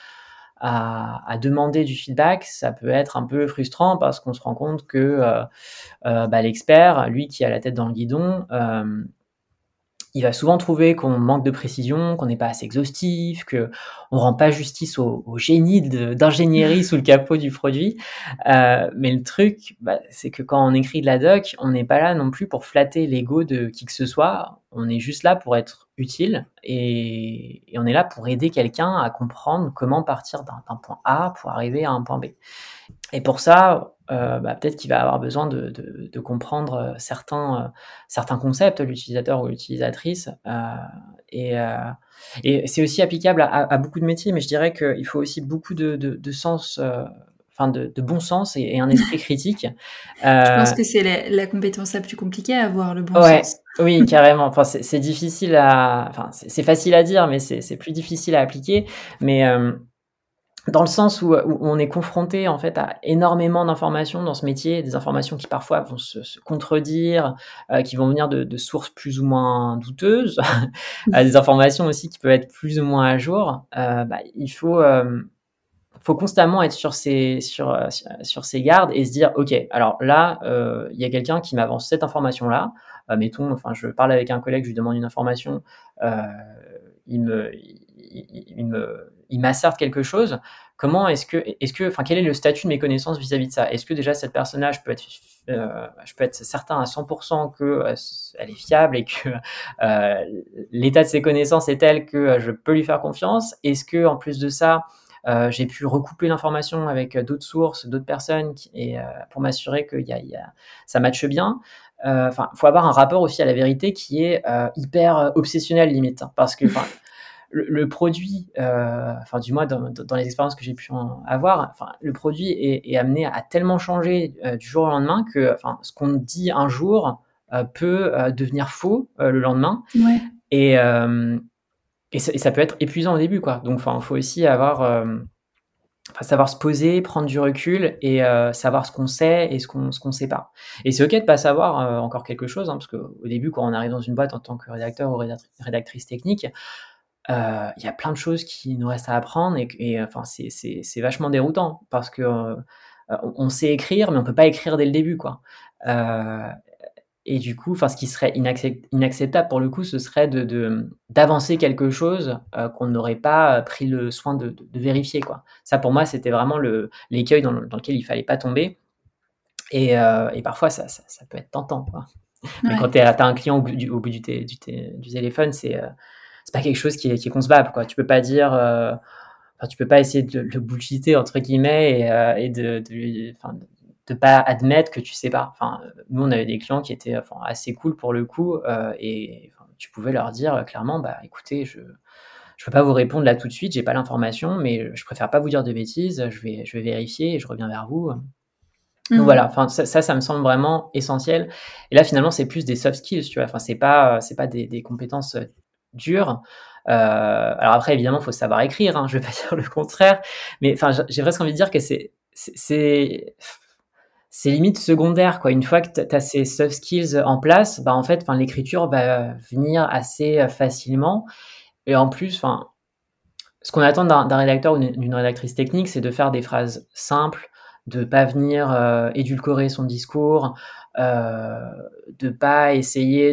à demander du feedback, ça peut être un peu frustrant parce qu'on se rend compte que, l'expert, lui qui a la tête dans le guidon, il va souvent trouver qu'on manque de précision, qu'on n'est pas assez exhaustif, qu'on rend pas justice au génie d'ingénierie sous le capot du produit. Mais le truc, c'est que quand on écrit de la doc, on n'est pas là non plus pour flatter l'ego de qui que ce soit. On est juste là pour être utile et on est là pour aider quelqu'un à comprendre comment partir d'un point A pour arriver à un point B. Et pour ça, peut-être qu'il va avoir besoin de comprendre, certains concepts, l'utilisateur ou l'utilisatrice, et heu et c'est aussi applicable à beaucoup de métiers, mais je dirais qu'il faut aussi beaucoup de sens, enfin de bon sens et un esprit critique. Je pense Heu que c'est la compétence la plus compliquée à avoir, le bon ouais, sens. oui, carrément. Enfin, c'est difficile enfin, c'est facile à dire, mais c'est plus difficile à appliquer. Mais dans le sens où on est confronté, en fait, à énormément d'informations dans ce métier, des informations qui parfois vont se contredire, qui vont venir de sources plus ou moins douteuses, des informations aussi qui peuvent être plus ou moins à jour. Il faut constamment être sur ses gardes et se dire: «OK, alors là, il y a quelqu'un qui m'avance cette information-là». Mettons, enfin, je parle avec un collègue, je lui demande une information, heu, il m'asserte quelque chose. Comment est-ce que enfin, quel est le statut de mes connaissances vis-à-vis de ça? Est-ce que déjà cette personne-là, je peux être certain à 100 que, elle est fiable et que, l'état de ses connaissances est tel que, je peux lui faire confiance? Est-ce que en plus de ça, j'ai pu recouper l'information avec, d'autres sources, d'autres personnes pour m'assurer que ça matche bien. Enfin, faut avoir un rapport aussi à la vérité qui est, hyper, obsessionnel limite, hein, parce que enfin, le produit, enfin du moins dans les expériences que j'ai pu en avoir, enfin le produit est amené à tellement changer, du jour au lendemain que, enfin, ce qu'on dit un jour, peut, devenir faux, le lendemain. Ouais. Et hem et ça peut être épuisant au début, quoi. Donc enfin, faut aussi savoir se poser, prendre du recul et savoir ce qu'on sait et ce qu'on sait pas. Et c'est OK de pas savoir, encore quelque chose, hein, parce qu'au début, quand on arrive dans une boîte en tant que rédacteur ou rédactrice technique, il y a plein de choses qui nous restent à apprendre enfin, c'est vachement déroutant parce que, on sait écrire, mais on peut pas écrire dès le début, quoi. Heu et du coup, enfin, ce qui serait inacceptable pour le coup, ce serait d'avancer quelque chose, qu'on n'aurait pas, pris le soin de vérifier, quoi. Ça pour moi, c'était vraiment l'écueil dans lequel il fallait pas tomber. Et parfois, ça peut être tentant, quoi. Mais quand Ouais. tu as un client au bout du téléphone, c'est pas quelque chose qui est concevable, quoi. Tu peux pas dire, enfin, tu peux pas essayer de le bullshiter entre guillemets et de pas admettre que tu sais pas. Enfin, nous, on avait des clients qui étaient enfin, assez cool pour le coup, et enfin, tu pouvais leur dire clairement, bah écoutez, je peux pas vous répondre là tout de suite, j'ai pas l'information, mais je préfère pas vous dire de bêtises, je vais vérifier et je reviens vers vous. Donc Mmh. voilà, enfin ça me semble vraiment essentiel. Et là finalement c'est plus des soft skills, tu vois. Enfin c'est pas des compétences dures. Alors après évidemment il faut savoir écrire, hein, je vais pas dire le contraire, mais enfin j'ai presque envie de dire que c'est limite secondaire quoi. Une fois que tu as ces soft skills en place, bah en fait, enfin l'écriture va venir assez facilement. Et en plus, enfin ce qu'on attend d'un rédacteur ou d'une rédactrice technique, c'est de faire des phrases simples, de pas venir édulcorer son discours, de pas essayer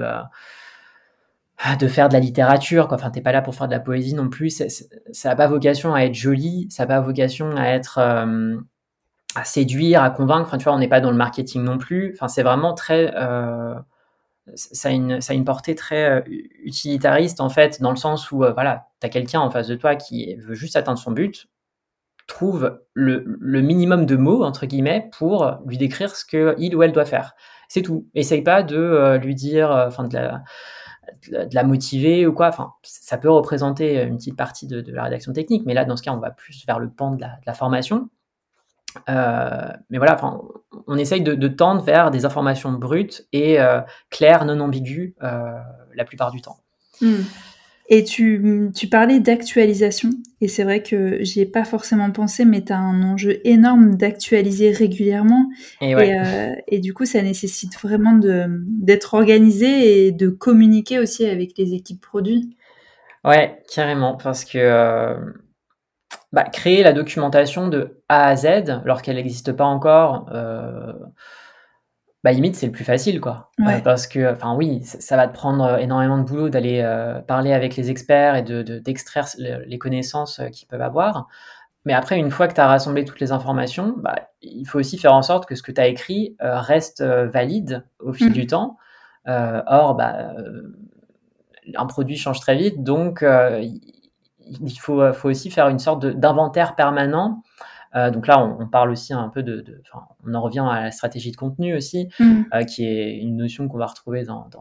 de faire de la littérature, quoi. Enfin, t'es pas là pour faire de la poésie non plus. Ça a pas vocation à être joli, ça a pas vocation à être à séduire, à convaincre. Enfin, tu vois, on n'est pas dans le marketing non plus. Enfin, c'est vraiment très ça a une portée très utilitariste en fait, dans le sens où voilà, tu as quelqu'un en face de toi qui veut juste atteindre son but, trouve le minimum de mots entre guillemets pour lui décrire ce que il ou elle doit faire. C'est tout. Essaye pas de lui dire, enfin de la motiver ou quoi. Enfin, ça peut représenter une petite partie de la rédaction technique, mais là dans ce cas on va plus vers le pan de la formation. Mais voilà, enfin, on essaye de tendre vers des informations brutes et claires, non ambiguës, la plupart du temps. Mmh. Et tu parlais d'actualisation et c'est vrai que j'y ai pas forcément pensé, mais tu as un enjeu énorme d'actualiser régulièrement Et ouais, et du coup, ça nécessite vraiment d'être organisé et de communiquer aussi avec les équipes produits. ouais, carrément, parce que bah, créer la documentation de A à Z, alors qu'elle n'existe pas encore, bah, limite, c'est le plus facile, quoi. Ouais. Parce que, enfin, oui, ça va te prendre énormément de boulot d'aller parler avec les experts et d'extraire les connaissances qu'ils peuvent avoir. Mais après, une fois que tu as rassemblé toutes les informations, bah, il faut aussi faire en sorte que ce que tu as écrit, reste, valide au fil du Mmh. temps. Or, bah, un produit change très vite, donc il faut aussi faire une sorte d'inventaire permanent. Donc là, on parle aussi un peu enfin, on en revient à la stratégie de contenu aussi, Mmh. qui est une notion qu'on va retrouver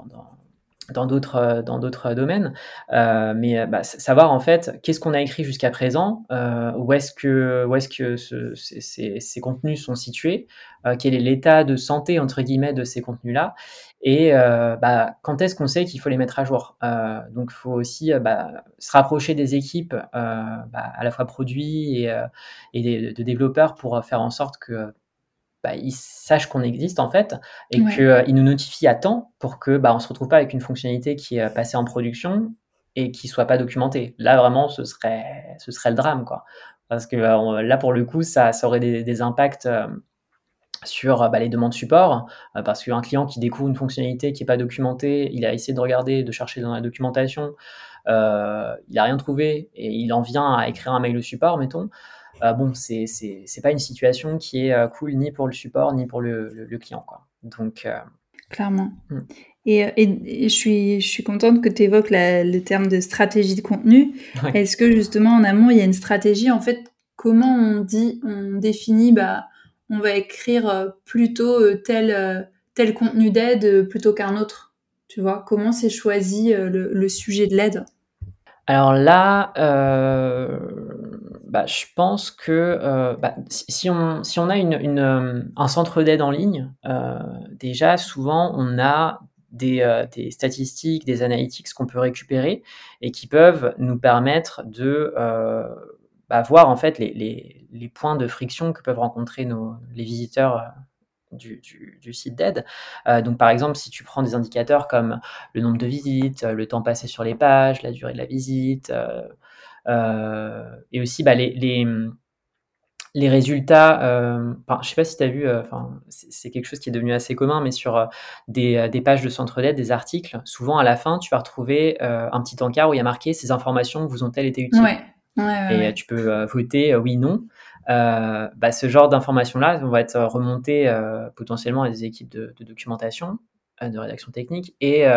dans d'autres domaines. Mais bah, savoir en fait qu'est-ce qu'on a écrit jusqu'à présent, où est-ce que ces contenus sont situés, quel est l'état de santé entre guillemets de ces contenus-là, et bah, quand est-ce qu'on sait qu'il faut les mettre à jour. Donc il faut aussi bah, se rapprocher des équipes, bah, à la fois produits et de développeurs pour faire en sorte que bah, ils sachent qu'on existe en fait et Ouais, qu'ils nous notifient à temps pour que, bah, on se retrouve pas avec une fonctionnalité qui est passée en production et qui soit pas documentée. Là, vraiment, ce serait le drame, quoi. Parce que, là, pour le coup, ça aurait des impacts, sur, bah, les demandes support, parce qu'un client qui découvre une fonctionnalité qui est pas documentée, il a essayé de regarder, de chercher dans la documentation, il a rien trouvé et il en vient à écrire un mail au support, mettons. Bon, c'est pas une situation qui est cool ni pour le support ni pour le client, quoi. Donc, clairement. mmh, Et je suis contente que tu évoques le terme de stratégie de contenu. ouais. Est-ce que justement en amont, il y a une stratégie en fait, comment on définit, bah, on va écrire plutôt tel contenu d'aide plutôt qu'un autre, tu vois? Comment c'est choisi le sujet de l'aide? Alors là, bah, je pense que, bah, si on a un centre d'aide en ligne, déjà souvent on a des statistiques, des analytics qu'on peut récupérer et qui peuvent nous permettre de, bah, voir en fait les points de friction que peuvent rencontrer les visiteurs, du site d'aide. Donc par exemple, si tu prends des indicateurs comme le nombre de visites, le temps passé sur les pages, la durée de la visite, et aussi, bah, les résultats, enfin, je sais pas si tu as vu, enfin, c'est quelque chose qui est devenu assez commun, mais sur, des pages de centre d'aide, des articles, souvent à la fin, tu vas retrouver, un petit encart où il y a marqué: «Ces informations vous ont-elles été utiles?» Ouais. Ouais, ouais, et ouais. tu peux voter oui, non. Ce genre d'informations-là vont être remontées potentiellement à des équipes de documentation, de rédaction technique et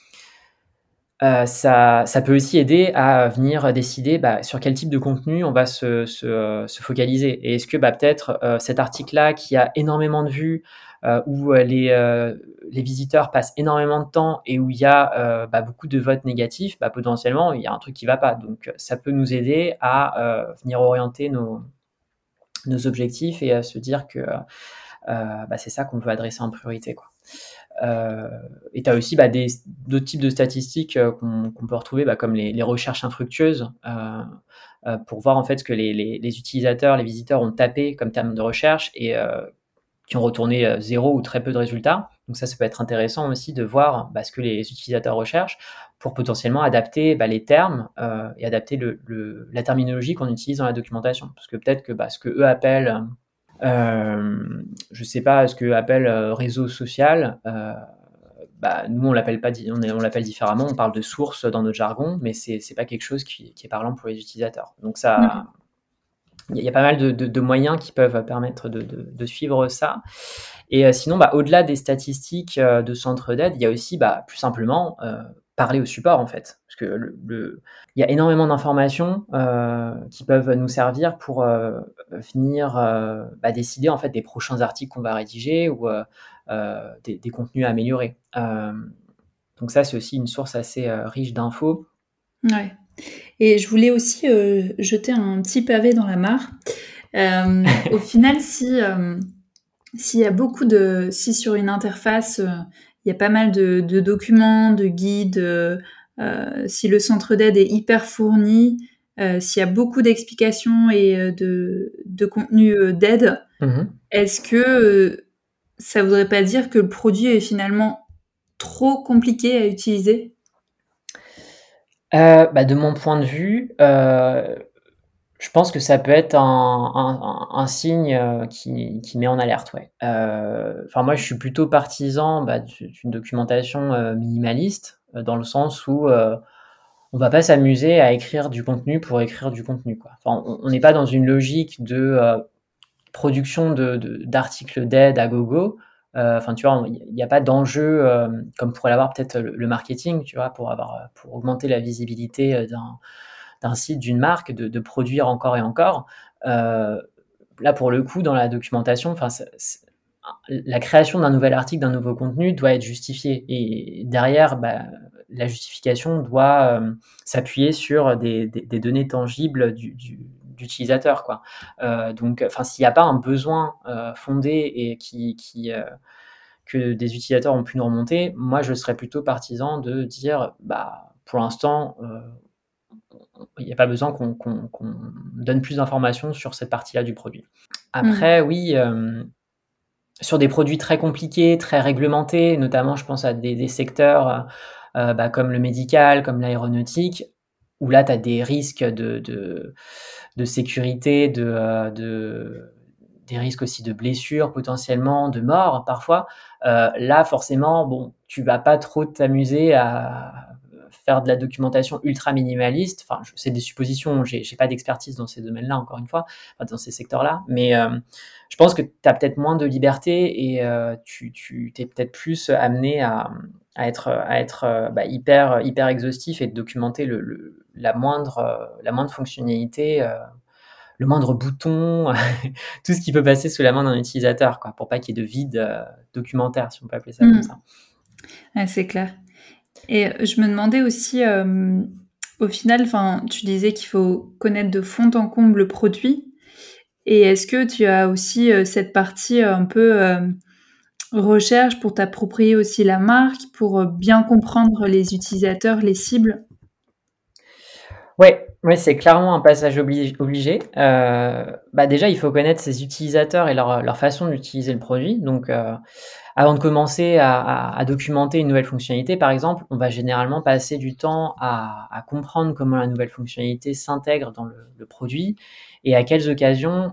ça peut aussi aider à venir décider, sur quel type de contenu on va se focaliser et est-ce que, peut-être, cet article-là qui a énormément de vues, où les visiteurs passent énormément de temps et où il y a, beaucoup de votes négatifs, potentiellement, il y a un truc qui va pas donc ça peut nous aider à, venir orienter nos objectifs et à se dire que, c'est ça qu'on veut adresser en priorité, quoi. Euh, et tu as aussi d'autres types de statistiques qu'on peut retrouver, comme les recherches infructueuses, pour voir en fait ce que les utilisateurs, les visiteurs ont tapé comme terme de recherche et qui ont retourné zéro ou très peu de résultats. Donc ça peut être intéressant aussi de voir ce que les utilisateurs recherchent pour potentiellement adapter les termes et adapter la terminologie qu'on utilise dans la documentation. Parce que peut-être que ce que eux appellent je sais pas, ce que appelle réseau social, nous on l'appelle pas, on l'appelle différemment. On parle de source dans notre jargon, mais c'est pas quelque chose qui est parlant pour les utilisateurs. Donc ça, Mm. il y a pas mal de moyens qui peuvent permettre de suivre ça. Et sinon, au-delà des statistiques de centre d'aide, il y a aussi plus simplement parler au support en fait, parce que il y a énormément d'informations qui peuvent nous servir pour venir décider en fait des prochains articles qu'on va rédiger ou des contenus à améliorer. Donc ça, c'est aussi une source assez riche d'infos. Ouais. Et je voulais aussi jeter un petit pavé dans la mare. Au final, s'il y a si sur une interface, il y a pas mal de documents, de guides, si le centre d'aide est hyper fourni, s'il y a beaucoup d'explications et de contenu d'aide, Mhm. est-ce que ça voudrait pas dire que le produit est finalement trop compliqué à utiliser? De mon point de vue, je pense que ça peut être un signe qui met en alerte, ouais. Enfin, moi, je suis plutôt partisan d'une documentation minimaliste, dans le sens où on va pas s'amuser à écrire du contenu pour écrire du contenu, quoi. Enfin, on n'est pas dans une logique de production d'articles d'aide à gogo. Enfin, tu vois, il n'y a pas d'enjeu comme pourrait l'avoir peut-être le marketing, tu vois, pour augmenter la visibilité d'un site, d'une marque, de produire encore et encore. Euh, Là, pour le coup, dans la documentation, enfin, la création d'un nouvel article, d'un nouveau contenu doit être justifiée. Et derrière, la justification doit s'appuyer sur des données tangibles d'utilisateur, quoi. Donc, enfin, s'il n'y a pas un besoin fondé et que des utilisateurs ont pu nous remonter, moi, je serais plutôt partisan de dire, pour l'instant, il n'y a pas besoin qu'on donne plus d'informations sur cette partie-là du produit. Mmh. Après, oui, sur des produits très compliqués, très réglementés, notamment je pense à des secteurs comme le médical, comme l'aéronautique, où là tu as des risques de sécurité, des risques aussi de blessures potentiellement, de mort parfois. Là forcément, bon, tu vas pas trop t'amuser à faire de la documentation ultra minimaliste. Enfin, c'est des suppositions, j'ai pas d'expertise dans ces domaines-là, encore une fois, enfin, dans ces secteurs-là, mais je pense que tu as peut-être moins de liberté et tu es peut-être plus amené à être hyper exhaustif et de documenter la moindre fonctionnalité, le moindre bouton, tout ce qui peut passer sous la main d'un utilisateur, quoi, pour pas qu'il y ait de vide documentaire, si on peut appeler ça comme Mmh. ça. Ouais, c'est clair. Et je me demandais aussi, au final, enfin, tu disais qu'il faut connaître de fond en comble le produit. Et est-ce que tu as aussi cette partie un peu recherche pour t'approprier aussi la marque, pour bien comprendre les utilisateurs, les cibles? Ouais, ouais, c'est clairement un passage obligé. Déjà, il faut connaître ses utilisateurs et leur façon d'utiliser le produit. Donc, avant de commencer à documenter une nouvelle fonctionnalité, par exemple, on va généralement passer du temps à comprendre comment la nouvelle fonctionnalité s'intègre dans le produit et à quelles occasions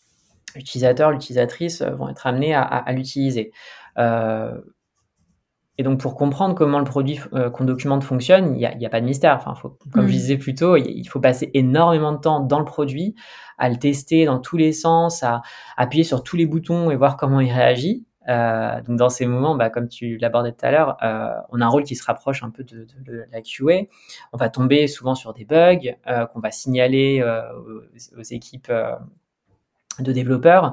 l'utilisateur, l'utilisatrice vont être amenés à l'utiliser. Euh, Et donc pour comprendre comment le produit qu'on documente fonctionne, il y a pas de mystère. Enfin, comme je disais plus tôt, il faut passer énormément de temps dans le produit, à le tester dans tous les sens, à appuyer sur tous les boutons et voir comment il réagit. Donc dans ces moments, comme tu l'abordais tout à l'heure, on a un rôle qui se rapproche un peu de la QA. On va tomber souvent sur des bugs qu'on va signaler aux équipes de développeurs.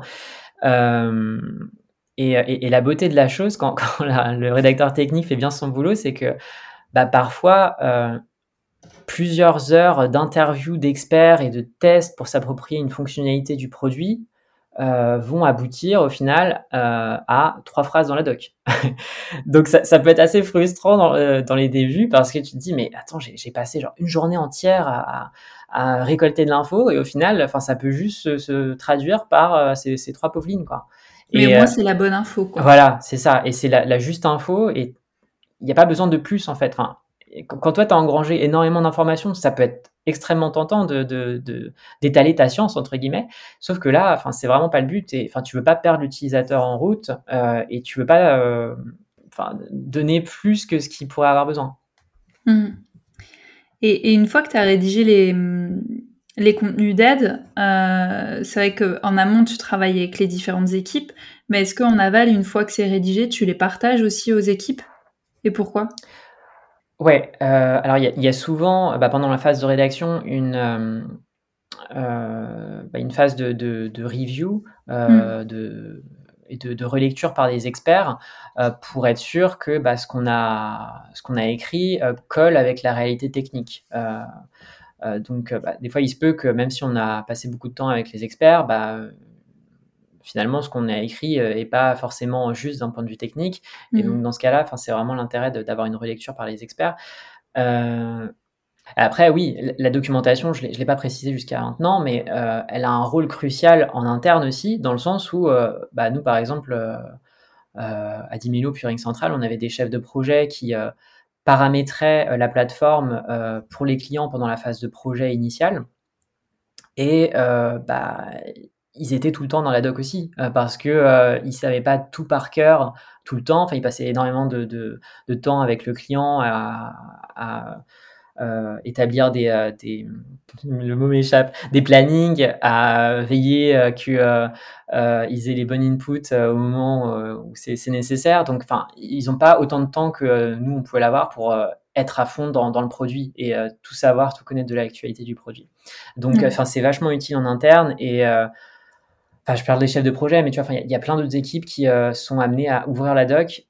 Et la beauté de la chose, quand le rédacteur technique fait bien son boulot, c'est que parfois, plusieurs heures d'interviews d'experts et de tests pour s'approprier une fonctionnalité du produit vont aboutir au final à 3 phrases dans la doc. Donc ça peut être assez frustrant dans les débuts, parce que tu te dis: «Mais attends, j'ai passé genre une journée entière à récolter de l'info, et au final, ça peut juste se traduire par ces 3 pauvres lignes, quoi». Mais au Et moins, c'est la bonne info, quoi. voilà, c'est ça, et c'est la juste info, et il y a pas besoin de plus, en fait. Enfin, quand toi, tu as engrangé énormément d'informations, ça peut être extrêmement tentant d'étaler ta «science» entre guillemets. Sauf que là, c'est vraiment pas le but, et tu veux pas perdre l'utilisateur en route, et tu veux pas, donner plus que ce qu'il pourrait avoir besoin. Mmh. Et une fois que tu as rédigé les contenus d'aide, c'est vrai qu'en amont, tu travailles avec les différentes équipes, mais est-ce qu'en aval, une fois que c'est rédigé, tu les partages aussi aux équipes? Et pourquoi? Ouais, alors il y a souvent, pendant la phase de rédaction, une phase de review, Mmh. de relecture par des experts, pour être sûr que, ce qu'on a écrit, colle avec la réalité technique. Donc, des fois, il se peut que même si on a passé beaucoup de temps avec les experts, finalement, ce qu'on a écrit est pas forcément juste d'un point de vue technique. Et donc, Mmh. dans ce cas-là, c'est vraiment l'intérêt d'avoir une relecture par les experts. Heu, Après, oui, la documentation, je l'ai pas précisé jusqu'à maintenant, mais elle a un rôle crucial en interne aussi, dans le sens où, nous, par exemple, à Dimelo Puring Central, on avait des chefs de projet qui paramétraient la plateforme pour les clients pendant la phase de projet initiale. Et ils étaient tout le temps dans la doc aussi, parce que ils savaient pas tout par cœur tout le temps. Enfin, ils passaient énormément de temps avec le client à établir le mot m'échappe, des plannings, à veiller que ils aient les bons inputs au moment où c'est nécessaire. Donc, ils ont pas autant de temps que nous on pouvait l'avoir pour être à fond dans le produit, et tout savoir, tout connaître de l'actualité du produit. Donc, Mmh. c'est vachement utile en interne. Et je parle des chefs de projet, mais tu vois, il y a plein d'autres équipes qui sont amenées à ouvrir la doc,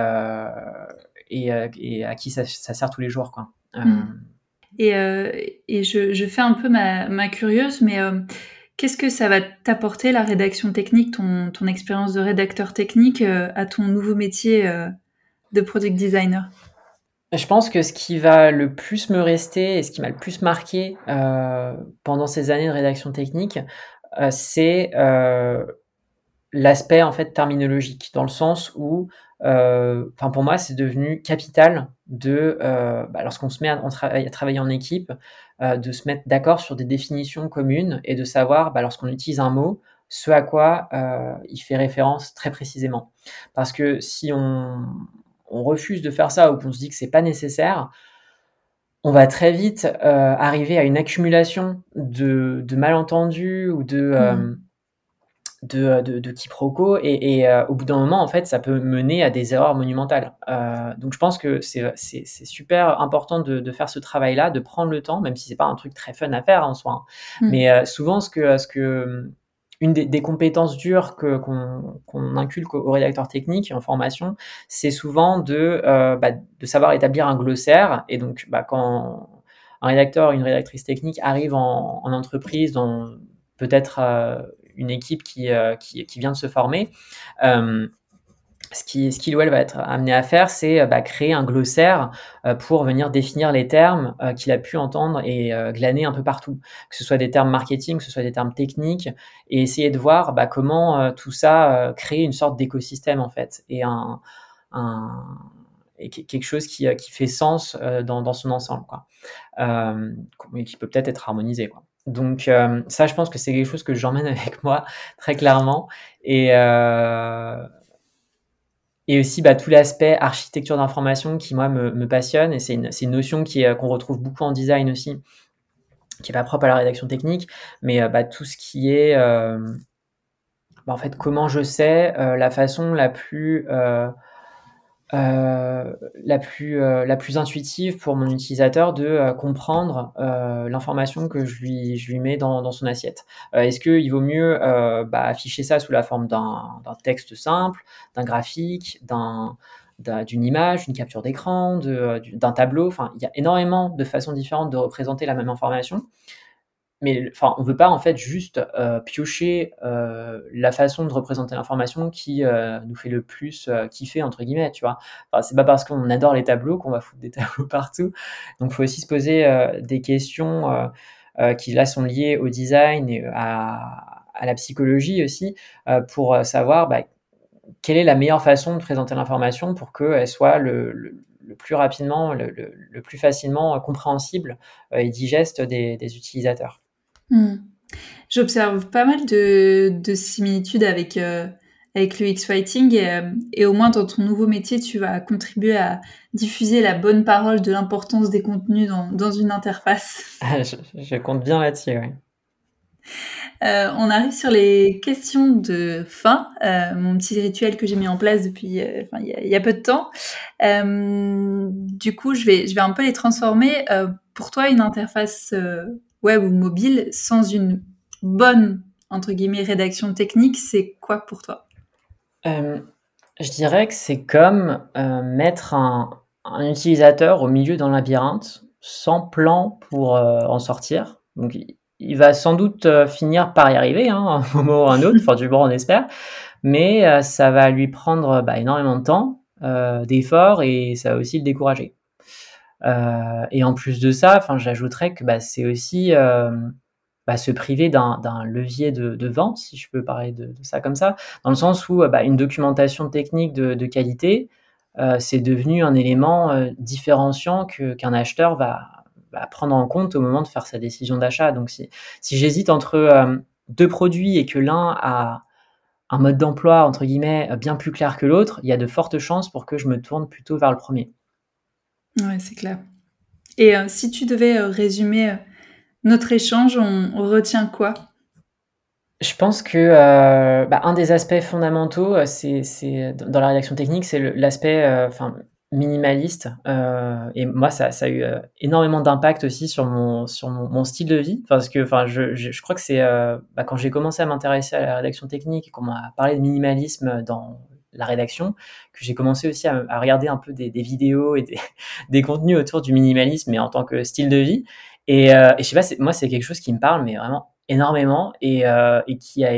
et à qui ça sert tous les jours, quoi. Mmh. Et je fais un peu ma curieuse, mais qu'est-ce que ça va t'apporter, la rédaction technique, ton expérience de rédacteur technique, à ton nouveau métier de product designer? Je pense que ce qui va le plus me rester, et ce qui m'a le plus marqué pendant ces années de rédaction technique, c'est l'aspect, en fait, terminologique, dans le sens où, pour moi, c'est devenu capital lorsqu'on se met à travailler en équipe, de se mettre d'accord sur des définitions communes, et de savoir, lorsqu'on utilise un mot, ce à quoi il fait référence très précisément. Parce que si on refuse de faire ça, ou qu'on se dit que c'est pas nécessaire, on va très vite arriver à une accumulation de malentendus, ou Mmh. de quiproquos, et au bout d'un moment, en fait, ça peut mener à des erreurs monumentales. Donc je pense que c'est super important de faire ce travail-là, de prendre le temps, même si c'est pas un truc très fun à faire en soi, hein. Mmh. Mais souvent, une des compétences dures qu'on inculque aux rédacteurs techniques en formation, c'est souvent de savoir établir un glossaire. Et donc, quand un rédacteur ou une rédactrice technique arrive en entreprise, dans peut-être une équipe qui vient de se former, ce qu'il ou elle va être amené à faire, c'est créer un glossaire pour venir définir les termes qu'il a pu entendre et glaner un peu partout. Que ce soit des termes marketing, que ce soit des termes techniques, et essayer de voir comment tout ça crée une sorte d'écosystème, en fait, et un et quelque chose qui fait sens dans son ensemble, quoi. Et qui peut peut-être être harmonisé, quoi. Donc ça, je pense que c'est quelque chose que j'emmène avec moi très clairement. Et et aussi, bah, tout l'aspect architecture d'information qui moi me passionne et c'est une notion qu'on retrouve beaucoup en design aussi, qui est pas propre à la rédaction technique, mais bah, tout ce qui est, bah, en fait, comment je sais, la façon la plus intuitive pour mon utilisateur de, comprendre, l'information que je lui mets dans son assiette. Est-ce qu'il vaut mieux, bah, afficher ça sous la forme d'un texte simple, d'un graphique, d'une image, d'une capture d'écran, d'un tableau? Enfin, il y a énormément de façons différentes de représenter la même information. Mais enfin, on veut pas en fait juste, piocher, la façon de représenter l'information qui, nous fait le plus, «kiffer» entre guillemets, tu vois? Enfin, c'est pas parce qu'on adore les tableaux qu'on va foutre des tableaux partout. Donc faut aussi se poser, des questions, qui là sont liées au design et à la psychologie aussi, pour, savoir, bah, quelle est la meilleure façon de présenter l'information pour qu'elle soit le plus rapidement, le plus facilement, compréhensible, et digeste des utilisateurs. Mmh. J'observe pas mal de similitudes avec l'UX Writing et au moins dans ton nouveau métier, tu vas contribuer à diffuser la bonne parole de l'importance des contenus dans une interface. Ah, je compte bien là-dessus, ouais. On arrive sur les questions de fin, mon petit rituel que j'ai mis en place depuis, il y a peu de temps. Du coup, je vais un peu les transformer. Pour toi, une interface web ou mobile sans une bonne entre guillemets rédaction technique, c'est quoi pour toi? Hem, je dirais que c'est comme, mettre un utilisateur au milieu d'un labyrinthe, sans plan pour, en sortir. Donc il va sans doute, finir par y arriver, hein, à un moment ou à un autre, enfin du moins on espère, mais ça va lui prendre, bah, énormément de temps, d'efforts et ça va aussi le décourager. Et en plus de ça, enfin j'ajouterais que, bah, c'est aussi, bah, se priver d'un levier de vente, si je peux parler de ça comme ça, dans le sens où, bah, une documentation technique de qualité, c'est devenu un élément, différenciant qu'un acheteur va prendre en compte au moment de faire sa décision d'achat. Donc si j'hésite entre, 2 produits et que l'un a un mode d'emploi entre guillemets, «bien plus clair» que l'autre, il y a de fortes chances pour que je me tourne plutôt vers le premier. Ouais, c'est clair. Et si tu devais, résumer, notre échange, on retient quoi? Je pense que, bah, un des aspects fondamentaux, c'est dans la rédaction technique, c'est l'aspect, enfin, minimaliste, et moi ça a eu, énormément d'impact aussi sur mon style de vie parce que, enfin, je crois que c'est, bah, quand j'ai commencé à m'intéresser à la rédaction technique et qu'on m'a parlé de minimalisme dans la rédaction, que j'ai commencé aussi à regarder un peu des vidéos et des des contenus autour du minimalisme, mais en tant que style de vie et je sais pas, c'est quelque chose qui me parle, mais vraiment énormément et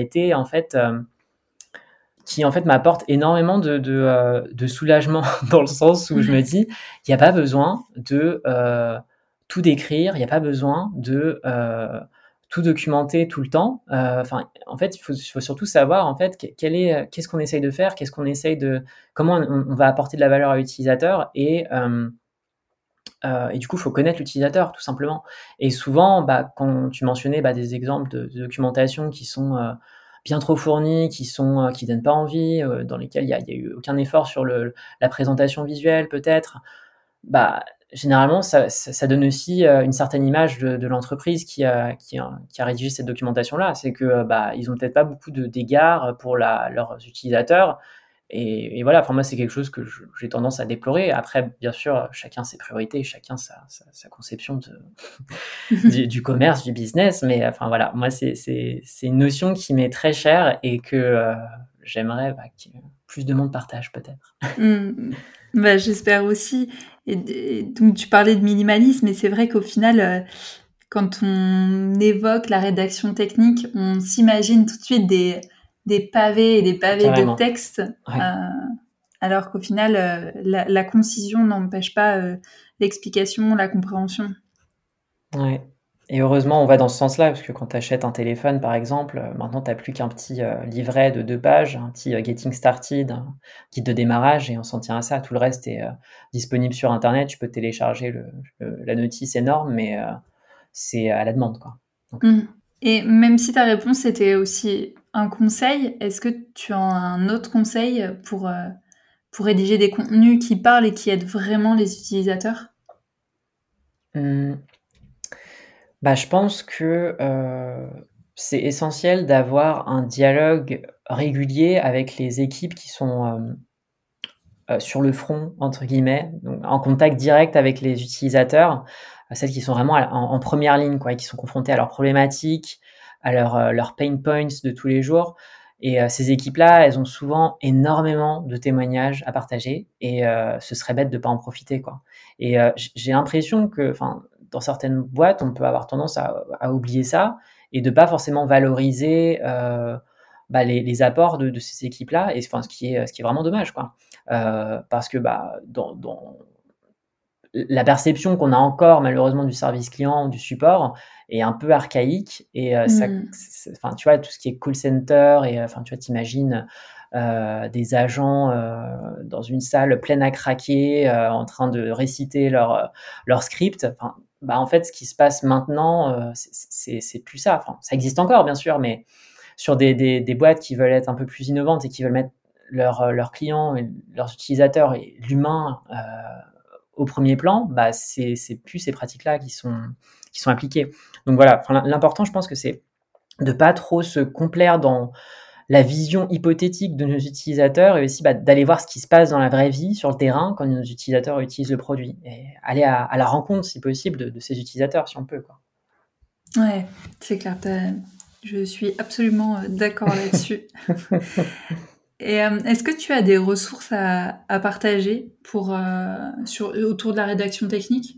qui en fait m'apporte énormément de soulagement dans le sens où je me dis: «Il y a pas besoin de, tout décrire, il y a pas besoin de, tout documenter tout le temps». Enfin, en fait, il faut surtout savoir en fait qu'est-ce qu'on essaye de faire, comment on va apporter de la valeur à l'utilisateur et du coup, il faut connaître l'utilisateur tout simplement et souvent, bah, quand tu mentionnais, bah, des exemples de documentation qui sont, bien trop fournis, qui donnent pas envie, dans lesquels il y a eu aucun effort sur la présentation visuelle peut-être, bah, généralement ça donne aussi, une certaine image de l'entreprise qui a rédigé cette documentation-là. C'est que, bah, ils ont peut-être pas beaucoup d'égards pour leurs utilisateurs et voilà, enfin moi, c'est quelque chose que j'ai tendance à déplorer. Après, bien sûr, chacun ses priorités, chacun sa conception du commerce, du business, mais enfin voilà, moi, c'est une notion qui m'est très chère et que, j'aimerais, bah, que plus de monde partage peut-être. Mmh. Bah, j'espère aussi et donc tu parlais de minimalisme et c'est vrai qu'au final, quand on évoque la rédaction technique, on s'imagine tout de suite des pavés et des pavés de Carrément, texte, ouais. alors qu'au final, la concision n'empêche pas, l'explication, la compréhension. Ouais et heureusement, on va dans ce sens-là, parce que quand tu achètes un téléphone, par exemple, maintenant tu as plus qu'un petit, livret de 2 pages, un petit, getting started, un guide de démarrage et on s'en tient à ça. Tout le reste est, disponible sur internet. Tu peux télécharger la notice énorme, mais, c'est à la demande, quoi. Donc Mmh. Et même si ta réponse était aussi un conseil, est-ce que tu as un autre conseil pour, pour rédiger des contenus qui parlent et qui aident vraiment les utilisateurs? Mmh. Je pense que, c'est essentiel d'avoir un dialogue régulier avec les équipes qui sont, «sur le front» entre guillemets, donc en contact direct avec les utilisateurs, celles qui sont vraiment en première ligne quoi et qui sont confrontées à leurs problématiques, à leurs pain points de tous les jours et ces équipes-là, elles ont souvent énormément de témoignages à partager et ce serait bête de pas en profiter quoi et j'ai l'impression que enfin, dans certaines boîtes, on peut avoir tendance à oublier ça et de pas forcément valoriser, les apports de ces équipes-là et enfin ce qui est vraiment dommage quoi. Parce que, dans la perception qu'on a encore malheureusement du service client, du support est un peu archaïque et ça Mmh. enfin, tu vois, tout ce qui est call center et enfin, tu vois, tu des agents, dans une salle pleine à craquer, en train de réciter leur script. Enfin, en fait, ce qui se passe maintenant, c'est plus ça. Enfin, ça existe encore bien sûr, mais sur des boîtes qui veulent être un peu plus innovantes et qui veulent mettre leurs clients et leurs utilisateurs et l'humain, au premier plan, c'est plus ces pratiques-là qui sont appliquées. Donc voilà, enfin l'important je pense que c'est de pas trop se complaire dans la vision hypothétique de nos utilisateurs et aussi, d'aller voir ce qui se passe dans la vraie vie, sur le terrain, quand nos utilisateurs utilisent le produit et aller à la rencontre, si possible, de ces utilisateurs, si on peut, quoi. Ouais, c'est clair, je suis absolument, d'accord là-dessus. Et est-ce que tu as des ressources à partager autour de la rédaction technique?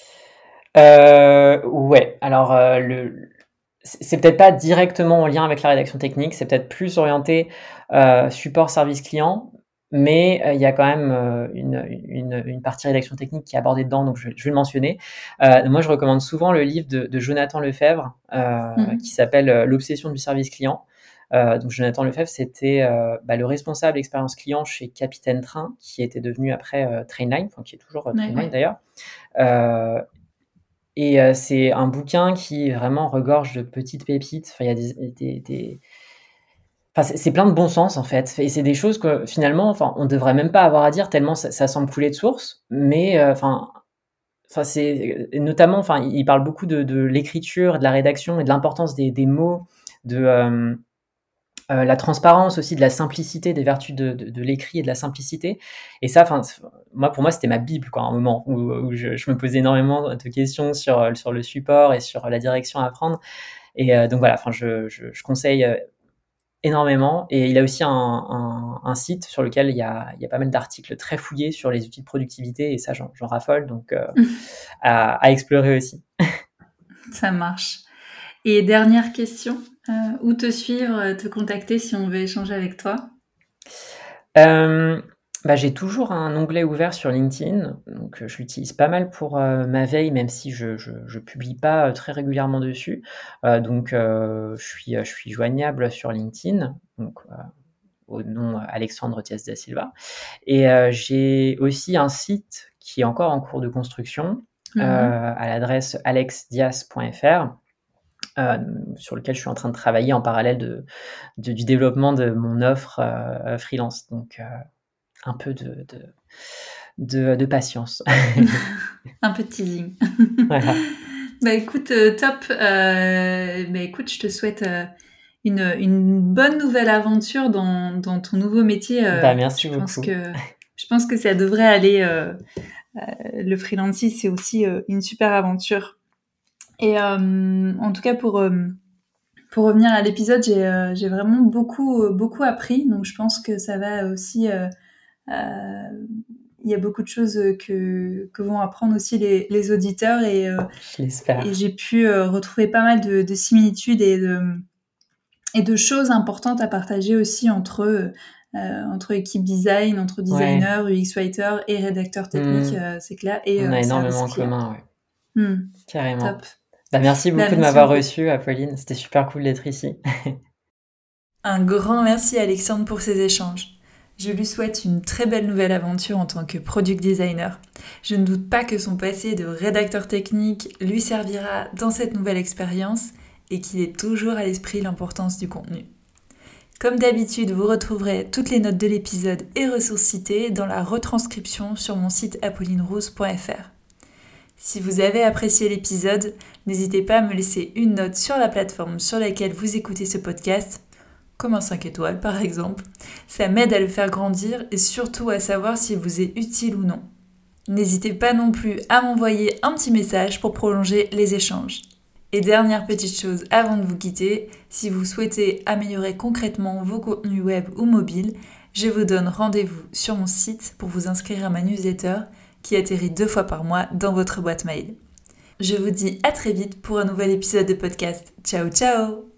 Ouais, alors, c'est peut-être pas directement en lien avec la rédaction technique, c'est peut-être plus orienté, support service client, mais, il y a quand même, une partie rédaction technique qui est abordée dedans, donc je vais le mentionner. Moi, je recommande souvent le livre de Jonathan Lefebvre, Mmh. qui s'appelle, «L'obsession du service client». Donc Jonathan Lefebvre, c'était, le responsable expérience client chez Capitaine Train, qui était devenu après, Trainline, enfin qui est toujours, Ouais, Trainline ouais. d'ailleurs. Heu et c'est un bouquin qui vraiment regorge de petites pépites. Enfin, il y a des enfin, c'est plein de bon sens, en fait et c'est des choses que finalement, enfin, on devrait même pas avoir à dire tellement ça semble couler de source. Mais enfin, c'est notamment, enfin, il parle beaucoup de l'écriture, de la rédaction et de l'importance des mots, de, la transparence aussi, de la simplicité, des vertus de l'écrit et de la simplicité et ça, enfin, pour moi, c'était ma bible, quoi, à un moment où je me posais énormément de questions sur le support et sur la direction à prendre et donc voilà, enfin, je conseille, énormément et il a aussi un site sur lequel il y a pas mal d'articles très fouillés sur les outils de productivité et ça, j'en raffole donc à explorer aussi. Ça marche. Et dernière question, où te suivre, te contacter si on veut échanger avec toi? Hem, j'ai toujours un onglet ouvert sur LinkedIn, donc je l'utilise pas mal pour, ma veille, même si je publie pas, très régulièrement dessus. Donc je suis joignable sur LinkedIn, donc au nom, Alexandre Diaz da Silva et j'ai aussi un site qui est encore en cours de construction, Mmh. à l'adresse alexdiaz.fr, sur lequel je suis en train de travailler en parallèle du développement de mon offre, freelance. Donc un peu de patience. Un peu de teasing. Voilà. Bah, écoute, top, écoute, je te souhaite, une bonne nouvelle aventure dans ton nouveau métier, Merci beaucoup. je pense que ça devrait aller, le freelancing, c'est aussi, une super aventure et en tout cas pour revenir à l'épisode, j'ai vraiment beaucoup appris, donc je pense que ça va aussi, heu, il y a beaucoup de choses, que vont apprendre aussi les auditeurs Je et l'espère. j'ai pu, retrouver pas mal de similitudes et de choses importantes à partager aussi entre équipe design, entre Ouais. designer, UX writer et rédacteur technique, Mmh. c'est clair et On a énormément service en client. commun, ouais. Mmh, top. Carrément. Merci beaucoup de Merci m'avoir beaucoup. reçu, Apolline. C'était super cool d'être ici. Un grand merci à Alexandre pour ces échanges. Je lui souhaite une très belle nouvelle aventure en tant que product designer. Je ne doute pas que son passé de rédacteur technique lui servira dans cette nouvelle expérience et qu'il ait toujours à l'esprit l'importance du contenu. Comme d'habitude, vous retrouverez toutes les notes de l'épisode et ressources citées dans la retranscription sur mon site apollinerose.fr. Si vous avez apprécié l'épisode, n'hésitez pas à me laisser une note sur la plateforme sur laquelle vous écoutez ce podcast, comme un 5 étoiles par exemple. Ça m'aide à le faire grandir et surtout à savoir s'il vous est utile ou non. N'hésitez pas non plus à m'envoyer un petit message pour prolonger les échanges. Et dernière petite chose avant de vous quitter, si vous souhaitez améliorer concrètement vos contenus web ou mobiles, je vous donne rendez-vous sur mon site pour vous inscrire à ma newsletter qui atterrit 2 fois par mois dans votre boîte mail. Je vous dis à très vite pour un nouvel épisode de podcast. Ciao ciao!